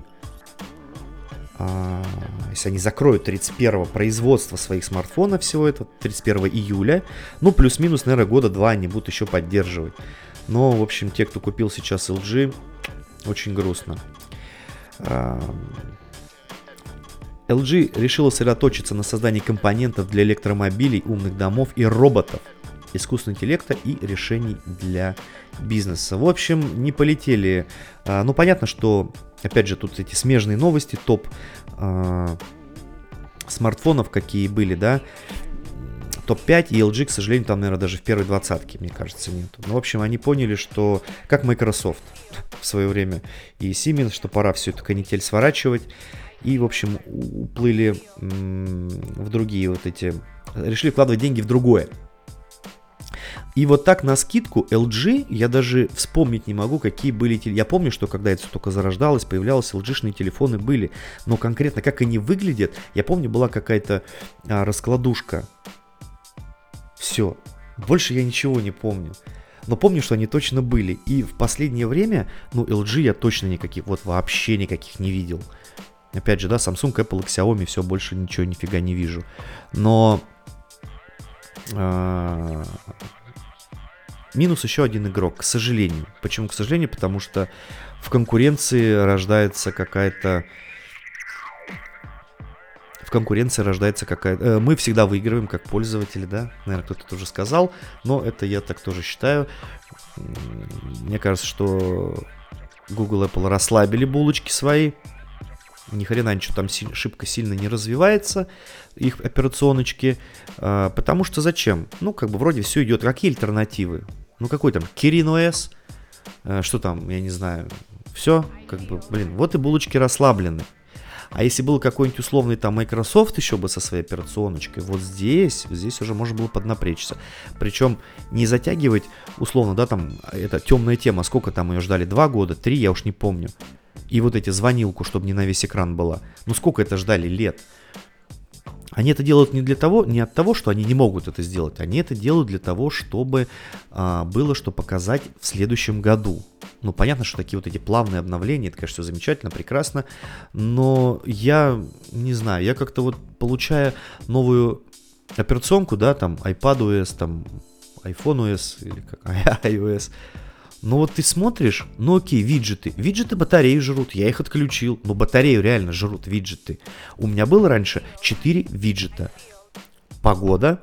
а, если они закроют тридцать первого производства своих смартфонов, всего этого, тридцать первого июля, ну, плюс-минус, наверное, года два они будут еще поддерживать. Но, в общем, те, кто купил сейчас эл джи, очень грустно. А, эл джи решила сосредоточиться на создании компонентов для электромобилей, умных домов и роботов, искусственного интеллекта и решений для бизнеса. В общем, не полетели. А, ну, понятно, что, опять же, тут эти смежные новости, топ а, смартфонов, какие были, да. топ пять, и эл джи, к сожалению, там, наверное, даже в первой двадцатке, мне кажется, нету. Ну, в общем, они поняли, что, как Microsoft в свое время и Siemens, что пора всю эту канитель сворачивать, и, в общем, уплыли м- в другие вот эти, решили вкладывать деньги в другое. И вот так на скидку эл джи, я даже вспомнить не могу, какие были телефоны. Я помню, что когда это только зарождалось, появлялось, эл джи-шные телефоны были. Но конкретно, как они выглядят, я помню, была какая-то а, раскладушка. Все. Больше я ничего не помню. Но помню, что они точно были. И в последнее время, ну, эл джи я точно никаких, вот вообще никаких не видел. Опять же, да, Samsung, Apple и Xiaomi, все, больше ничего нифига не вижу. Но... А... Минус еще один игрок, к сожалению. Почему к сожалению? Потому что в конкуренции рождается какая-то... В конкуренции рождается какая-то... Мы всегда выигрываем как пользователи, да? Наверное, кто-то тоже сказал. Но это я так тоже считаю. Мне кажется, что Google и Apple расслабили булочки свои. Ни хрена ничего там си- шибко сильно не развивается, их операционочки. А, потому что зачем? Ну, как бы вроде все идет. Какие альтернативы? Ну, какой там Kirin о эс? А, что там, я не знаю. Все, как бы, блин, вот и булочки расслаблены. А если был какой-нибудь условный там Microsoft еще бы со своей операционочкой, вот здесь, здесь уже можно было поднапрячься. Причем не затягивать, условно, да, там, это темная тема, сколько там ее ждали, два года, три, я уж не помню. И вот эти звонилку, чтобы не на весь экран была. Ну сколько это ждали лет? Они это делают не для того, не от того, что они не могут это сделать. Они это делают для того, чтобы а, было что показать в следующем году. Ну, понятно, что такие вот эти плавные обновления, это, конечно, все замечательно, прекрасно. Но я не знаю, я как-то вот получая новую операционку, да, там iPadOS, там iPhoneOS или как iOS. Ну вот ты смотришь, ну окей, виджеты. Виджеты батареи жрут, я их отключил. Но батарею реально жрут виджеты. У меня было раньше четыре виджета. Погода,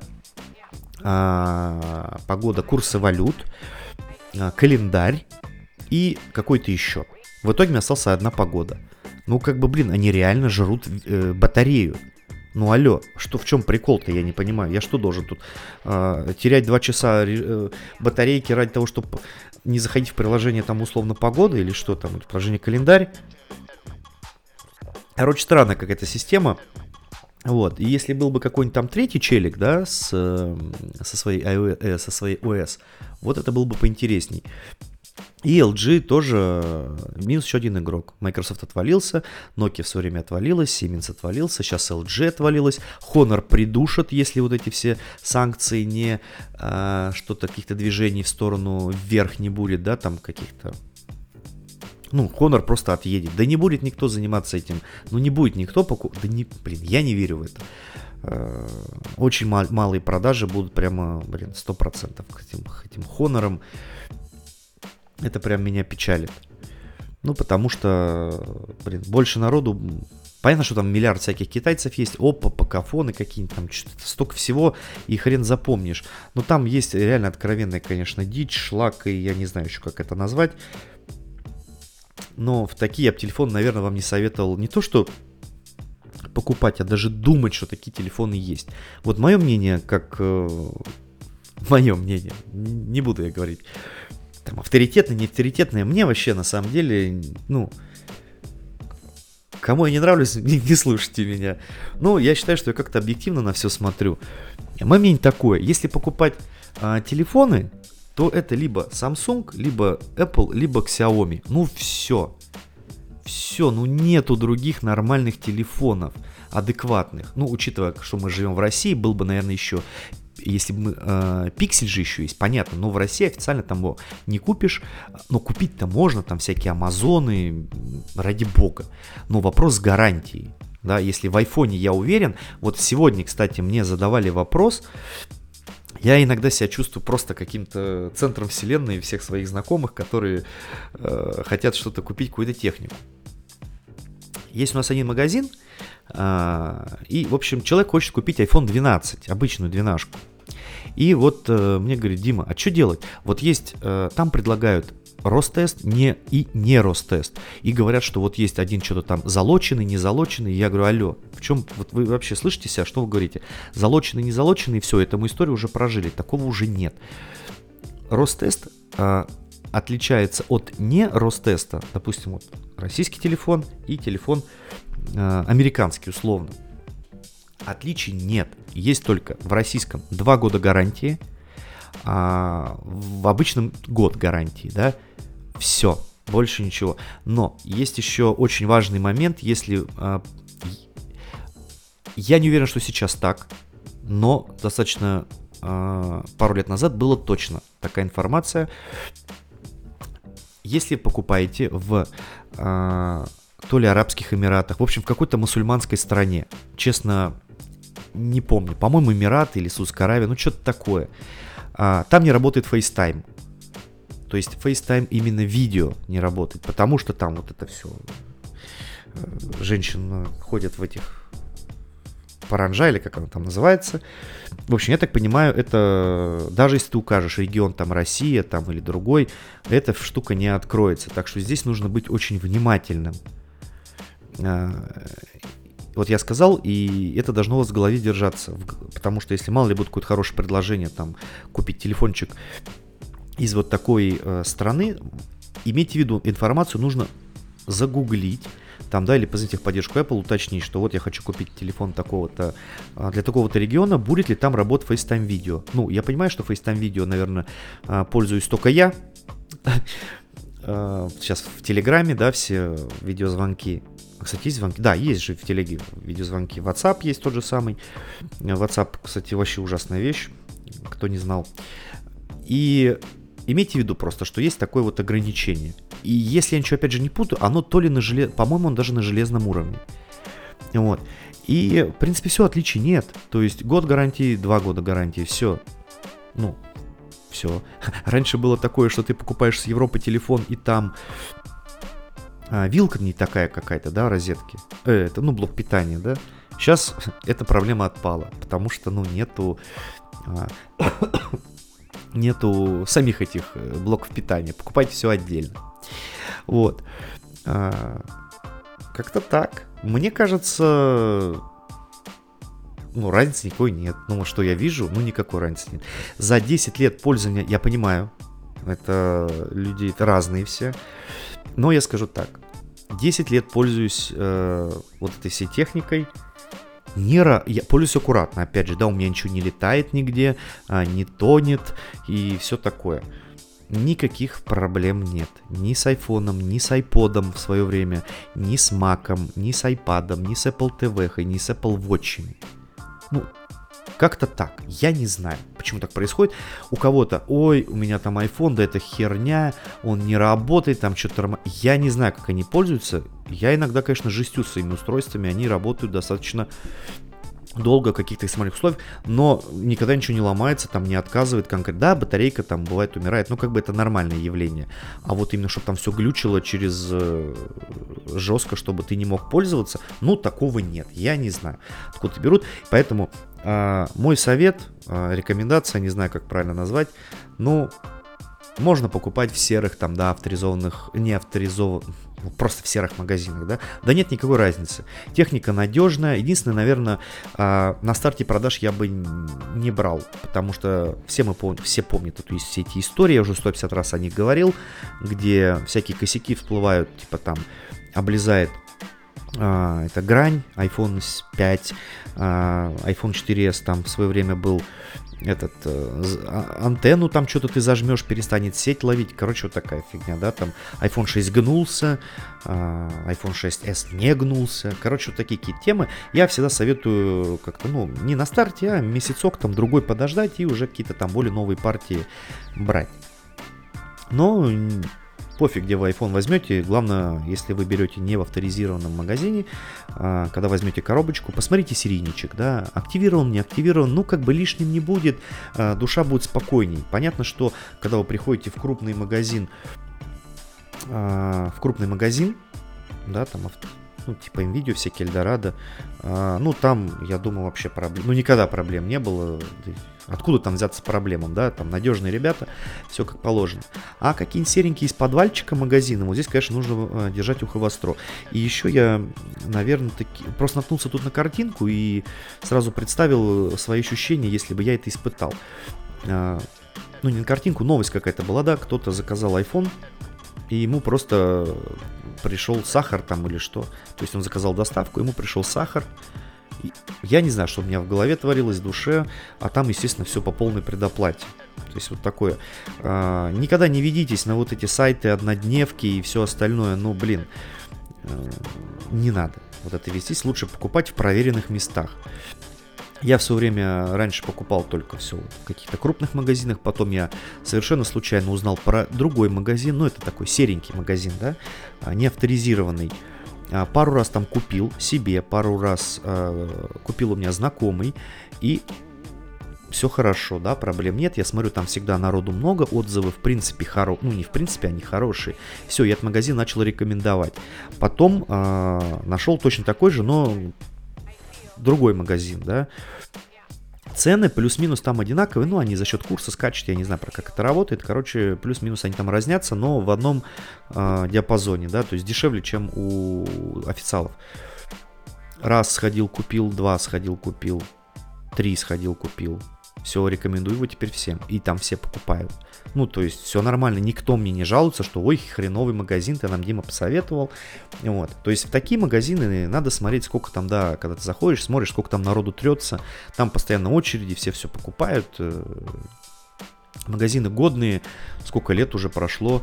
а, погода, курсы валют, а, календарь и какой-то еще. В итоге у меня осталась одна погода. Ну как бы, блин, они реально жрут э, батарею. Ну алло, что, в чем прикол-то, я не понимаю. Я что, должен тут э, терять два часа э, батарейки ради того, чтобы не заходить в приложение там условно погода или что там, приложение календарь. Короче, странная какая-то система. Вот, и если был бы какой-нибудь там третий челик, да, с, со, своей iOS, э, со своей о эс, вот это было бы поинтересней. И эл джи тоже минус еще один игрок. Microsoft отвалился, Nokia в свое время отвалилась, Siemens отвалился, сейчас эл джи отвалилась. Honor придушат, если вот эти все санкции не а, что-то, каких-то движений в сторону вверх не будет, да, там каких-то. Ну, Honor просто отъедет. Да не будет никто заниматься этим. Ну, не будет никто покупать. Да не, блин, я не верю в это. Очень мал- малые продажи будут прямо, блин, сто процентов к этим, к этим Honor'ам. Это прям меня печалит. Ну, потому что, блин, больше народу... Понятно, что там миллиард всяких китайцев есть. Опа, покафоны какие-нибудь там, что-то, столько всего, и хрен запомнишь. Но там есть реально откровенная, конечно, дичь, шлак, и я не знаю еще, как это назвать. Но в такие я бы телефоны, наверное, вам не советовал не то, что покупать, а даже думать, что такие телефоны есть. Вот мое мнение, как... Э, мое мнение, не буду я говорить... Там, авторитетное, не авторитетное, мне вообще, на самом деле, ну, кому я не нравлюсь, не, не слушайте меня. Ну, я считаю, что я как-то объективно на все смотрю. Мое мнение такое, если покупать а, телефоны, то это либо Samsung, либо Apple, либо Xiaomi. Ну, все. Все, ну, нету других нормальных телефонов, адекватных. Ну, учитывая, что мы живем в России, был бы, наверное, еще... Если бы мы, э, Pixel же еще есть, понятно, но в России официально там его не купишь, но купить-то можно, там всякие Амазоны, ради бога. Но вопрос с гарантией, да, если в айфоне я уверен, вот сегодня, кстати, мне задавали вопрос, я иногда себя чувствую просто каким-то центром вселенной всех своих знакомых, которые э, хотят что-то купить, какую-то технику. Есть у нас один магазин, э, и, в общем, человек хочет купить айфон двенадцать, обычную двенашку. И вот э, мне говорит: Дима, а что делать? Вот есть, э, там предлагают Ростест не, и не Ростест. И говорят, что вот есть один что-то там залоченный, не залоченный. Я говорю, алло, в чем, вот вы вообще слышите себя, что вы говорите? Залоченный, не залоченный, все, это мы историю уже прожили, такого уже нет. Ростест а, отличается от не Ростеста, допустим, вот российский телефон и телефон а, американский условно. Отличий нет, есть только в российском два года гарантии, а в обычном год гарантии, да, все, больше ничего. Но есть еще очень важный момент, если а, я не уверен, что сейчас так, но достаточно а, пару лет назад было точно такая информация. Если покупаете в а, то ли Арабских Эмиратах, в общем, в какой-то мусульманской стране, честно, не помню, по-моему, Эмираты или Саудовская Аравия, ну что-то такое. А, там не работает FaceTime. То есть FaceTime именно видео не работает, потому что там вот это все женщины ходят в этих паранджа, или как оно там называется. В общем, я так понимаю, это даже если ты укажешь регион там Россия там или другой, эта штука не откроется. Так что здесь нужно быть очень внимательным. Вот я сказал, и это должно у вас в голове держаться, потому что если мало ли будет какое-то хорошее предложение, там, купить телефончик из вот такой э, страны, имейте в виду, информацию нужно загуглить, там, да, или позвонить в поддержку Apple, уточнить, что вот я хочу купить телефон такого-то, для такого-то региона, будет ли там работать FaceTime видео. Ну, я понимаю, что FaceTime видео, наверное, пользуюсь только я. Сейчас в Телеграме, да, все видеозвонки. Кстати, есть звонки? Да, есть же в телеге видеозвонки. WhatsApp есть тот же самый. WhatsApp, кстати, вообще ужасная вещь, кто не знал. И имейте в виду просто, что есть такое вот ограничение. И если я ничего, опять же, не путаю, оно то ли на желез... По-моему, он даже на железном уровне. Вот. И, в принципе, все, отличий нет. То есть год гарантии, два года гарантии, все. Ну, все. Раньше было такое, что ты покупаешь с Европы телефон, и там а, вилка не такая какая-то, да, розетки. Э, это, ну, блок питания, да. Сейчас эта проблема отпала, потому что, ну, нету... А, нету самих этих блоков питания. Покупайте все отдельно. Вот. А, как-то так. Мне кажется... Ну, разницы никакой нет. Ну, что я вижу, ну, никакой разницы нет. За десять лет пользования, я понимаю, это люди это разные все, но я скажу так. десять лет пользуюсь э, вот этой всей техникой. Не ра... Я пользуюсь аккуратно, опять же, да, у меня ничего не летает нигде, а, не тонет и все такое. Никаких проблем нет. Ни с айфоном, ни с айподом в свое время, ни с маком, ни с айпадом, ни с Apple ти ви, ни с Apple Watch. Ну, как-то так. Я не знаю, почему так происходит. У кого-то, ой, у меня там iPhone, да это херня, он не работает, там что-то... Я не знаю, как они пользуются. Я иногда, конечно, жестю своими устройствами, они работают достаточно долго в каких-то экстремальных условиях, но никогда ничего не ломается, там не отказывает конкретно. Да, батарейка там бывает умирает, но как бы это нормальное явление. А вот именно, чтобы там все глючило через э, жестко, чтобы ты не мог пользоваться, ну, такого нет, я не знаю, откуда берут. Поэтому э, мой совет, э, рекомендация, не знаю, как правильно назвать, ну, можно покупать в серых, там, да, авторизованных, не авторизованных, просто в серых магазинах, да, да нет никакой разницы. Техника надежная. Единственное, наверное, на старте продаж я бы не брал, потому что все мы помним, все помнят эту, все эти истории, я уже сто пятьдесят раз о них говорил, где всякие косяки всплывают, типа там облезает а, эта грань, айфон пять, а, айфон четыре эс там в свое время был этот, э, антенну там что-то ты зажмешь, перестанет сеть ловить, короче, вот такая фигня, да, там айфон шесть гнулся, э, айфон шесть эс не гнулся, короче, вот такие какие-то темы, я всегда советую как-то, ну, не на старте, а месяцок там другой подождать и уже какие-то там более новые партии брать. Но пофиг, где вы iPhone возьмете, главное, если вы берете не в авторизированном магазине, а, когда возьмете коробочку, посмотрите серийничек, да, активирован, не активирован, ну, как бы лишним не будет, а, душа будет спокойней. Понятно, что когда вы приходите в крупный магазин, а, в крупный магазин, да, там, ну, типа NVIDIA, всякие Эльдорадо. А, ну, там, я думаю, вообще проблем, ну, никогда проблем не было. Откуда там взяться проблемам, да, там надежные ребята, все как положено. А какие-нибудь серенькие из подвальчика магазина, вот здесь, конечно, нужно держать ухо востро. И еще я, наверное, таки, просто наткнулся тут на картинку и сразу представил свои ощущения, если бы я это испытал. А, ну, не на картинку, новость какая-то была, да, кто-то заказал iPhone, и ему просто пришел сахар там или что. То есть он заказал доставку, ему пришел сахар. Я не знаю, что у меня в голове творилось, в душе, а там, естественно, все по полной предоплате. То есть вот такое. А, никогда не ведитесь на вот эти сайты, однодневки и все остальное. Ну, блин, а, не надо вот это вестись. Лучше покупать в проверенных местах. Я в свое время раньше покупал только все в каких-то крупных магазинах, потом я совершенно случайно узнал про другой магазин, ну, это такой серенький магазин, да, не авторизированный. Пару раз там купил себе, пару раз э, купил у меня знакомый, и все хорошо, да, проблем нет. Я смотрю, там всегда народу много, отзывы в принципе хорошие, ну не в принципе, они хорошие. Все, я этот магазин начал рекомендовать. Потом э, нашел точно такой же, но другой магазин, да. Цены плюс-минус там одинаковые, ну, они за счет курса скачут, я не знаю, про как это работает. Короче, плюс-минус они там разнятся, но в одном э, диапазоне, да, то есть дешевле, чем у официалов. Раз сходил, купил, два сходил, купил, три сходил, купил. Все, рекомендую его теперь всем. И там все покупают. Ну, то есть, все нормально. Никто мне не жалуется, что, ой, хреновый магазин, ты нам, Дима, посоветовал. Вот. То есть, в такие магазины надо смотреть, сколько там, да, когда ты заходишь, смотришь, сколько там народу трется. Там постоянно очереди, все все покупают. Магазины годные. Сколько лет уже прошло.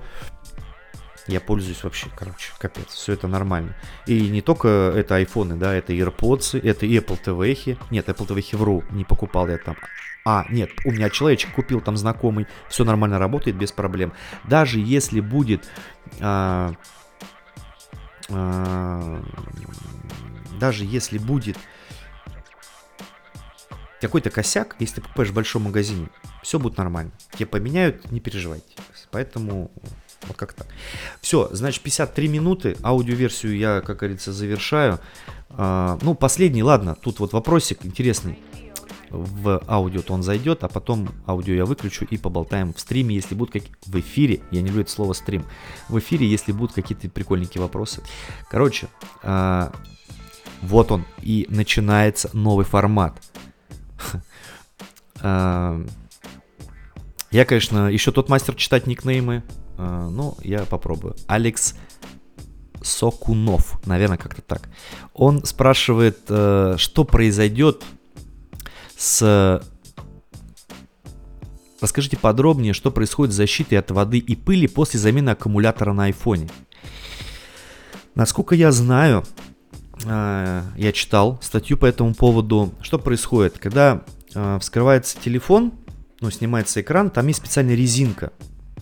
Я пользуюсь вообще, короче, капец, все это нормально. И не только это айфоны, да, это AirPods, это и Apple ти ви. Нет, Apple ти ви вру, не покупал я там. А, нет, у меня человечек купил там знакомый, все нормально работает, без проблем. Даже если будет... А, а, даже если будет какой-то косяк, если ты покупаешь в большом магазине, все будет нормально. Тебе поменяют, не переживайте. Поэтому... Вот как так. Все, значит, пятьдесят три минуты. Аудиоверсию я, как говорится, завершаю. А, ну, последний, ладно, тут вот вопросик интересный. В аудио-то он зайдет, а потом аудио я выключу и поболтаем в стриме, если будут какие-то... В эфире, я не люблю это слово стрим. В эфире, если будут какие-то прикольненькие вопросы. Короче, а, вот он, и начинается новый формат. Я, конечно, еще тот мастер читать никнеймы. Ну, я попробую. Алекс Сокунов, наверное, как-то так. Он спрашивает, что произойдет с... Расскажите подробнее, что происходит с защитой от воды и пыли после замены аккумулятора на айфоне. Насколько я знаю, я читал статью по этому поводу, что происходит, когда вскрывается телефон, ну, снимается экран, там есть специальная резинка.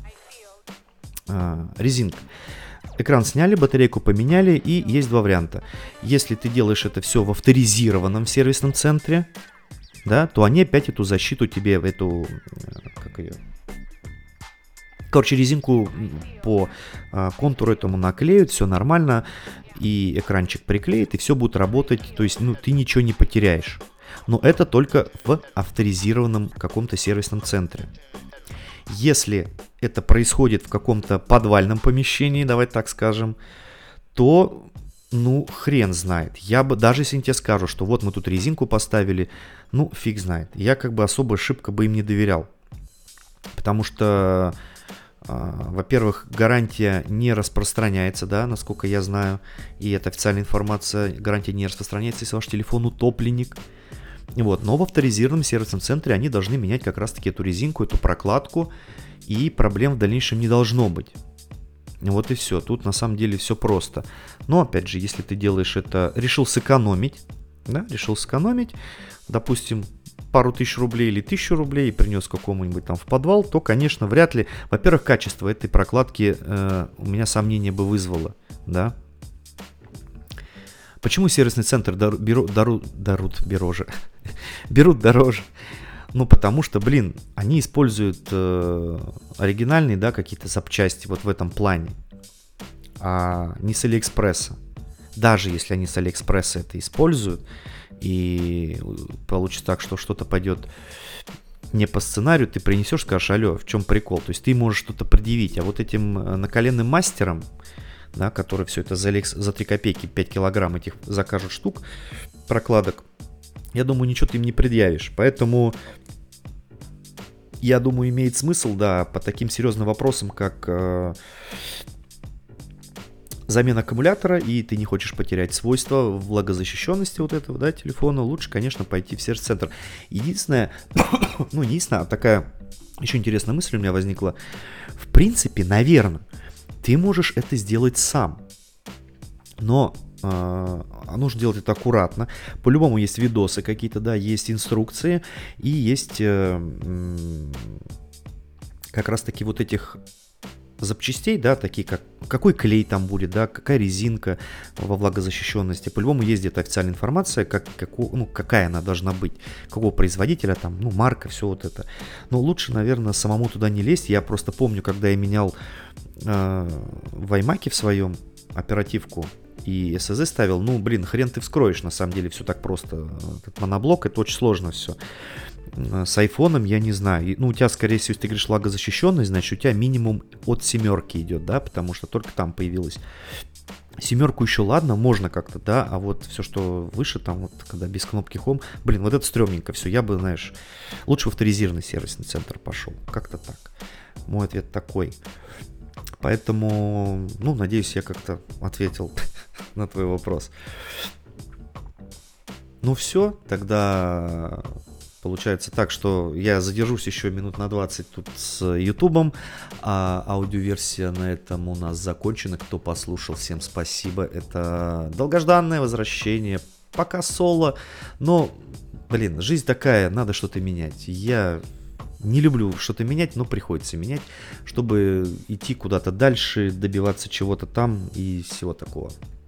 резинка. Экран сняли, батарейку поменяли, и есть два варианта. Если ты делаешь это все в авторизированном сервисном центре, да, то они опять эту защиту тебе, эту, как ее, короче, резинку по а, контуру этому наклеют, все нормально, и экранчик приклеит, и все будет работать, то есть, ну, ты ничего не потеряешь. Но это только в авторизированном каком-то сервисном центре. Если это происходит в каком-то подвальном помещении, давайте так скажем, то, ну, хрен знает. Я бы, даже если они тебе скажут, что вот мы тут резинку поставили, ну, фиг знает. Я как бы особо шибко бы им не доверял. Потому что, э, во-первых, гарантия не распространяется, да, насколько я знаю. И это официальная информация, гарантия не распространяется, если ваш телефон утопленник. Вот, но в авторизированном сервисном центре они должны менять как раз-таки эту резинку, эту прокладку, и проблем в дальнейшем не должно быть. Вот и все. Тут на самом деле все просто. Но опять же, если ты делаешь это, решил сэкономить, да, решил сэкономить, допустим, пару тысяч рублей или тысячу рублей и принес какому-нибудь там в подвал, то, конечно, вряд ли, во-первых, качество этой прокладки э, у меня сомнения бы вызвало, да. Почему сервисный центр дару, беру, дару, дарут дороже? берут дороже? Ну, потому что, блин, они используют э, оригинальные, да, какие-то запчасти вот в этом плане, а не с Алиэкспресса. даже если они с Алиэкспресса это используют, и получится так, что что-то пойдет не по сценарию, ты принесешь, скажешь: алло, в чем прикол? То есть ты можешь что-то предъявить, а вот этим наколенным мастерам, да, которые все это за, Алекс, за три копейки, пять килограмм этих закажут штук, прокладок, я думаю, ничего ты им не предъявишь. Поэтому, я думаю, имеет смысл, да, по таким серьезным вопросам, как э, замена аккумулятора, и ты не хочешь потерять свойства влагозащищенности вот этого, да, телефона, лучше, конечно, пойти в сервис-центр. Единственное, ну, не единственное, а такая еще интересная мысль у меня возникла. В принципе, наверное, ты можешь это сделать сам, но э, нужно делать это аккуратно. По-любому есть видосы какие-то, да, есть инструкции, и есть э, э, как раз-таки вот этих запчастей, да, такие как какой клей там будет, да, какая резинка во влагозащищенности. По-любому есть где-то официальная информация, как, как, ну, какая она должна быть, какого производителя, там, ну, марка, все вот это. Но лучше, наверное, самому туда не лезть. Я просто помню, когда я менял э, в iMac в своем оперативку и эс эс ди ставил, ну, блин, хрен ты вскроешь, на самом деле, все так просто. Этот моноблок, это очень сложно все. С айфоном, я не знаю, ну, у тебя, скорее всего, если ты говоришь влагозащищенность, значит, у тебя минимум от семерки идет, да, потому что только там появилась. Семерку еще ладно, можно как-то, да, а вот все, что выше, там, вот, когда без кнопки Home, блин, вот это стрёмненько все, я бы, знаешь, лучше в авторизированный сервисный центр пошел, как-то так. Мой ответ такой. Поэтому, ну, надеюсь, я как-то ответил на твой вопрос. Ну, все, тогда... Получается так, что я задержусь еще минут на двадцать тут с Ютубом, а аудиоверсия на этом у нас закончена. Кто послушал, всем спасибо. Это долгожданное возвращение, пока соло, но, блин, жизнь такая, надо что-то менять. Я не люблю что-то менять, но приходится менять, чтобы идти куда-то дальше, добиваться чего-то там и всего такого.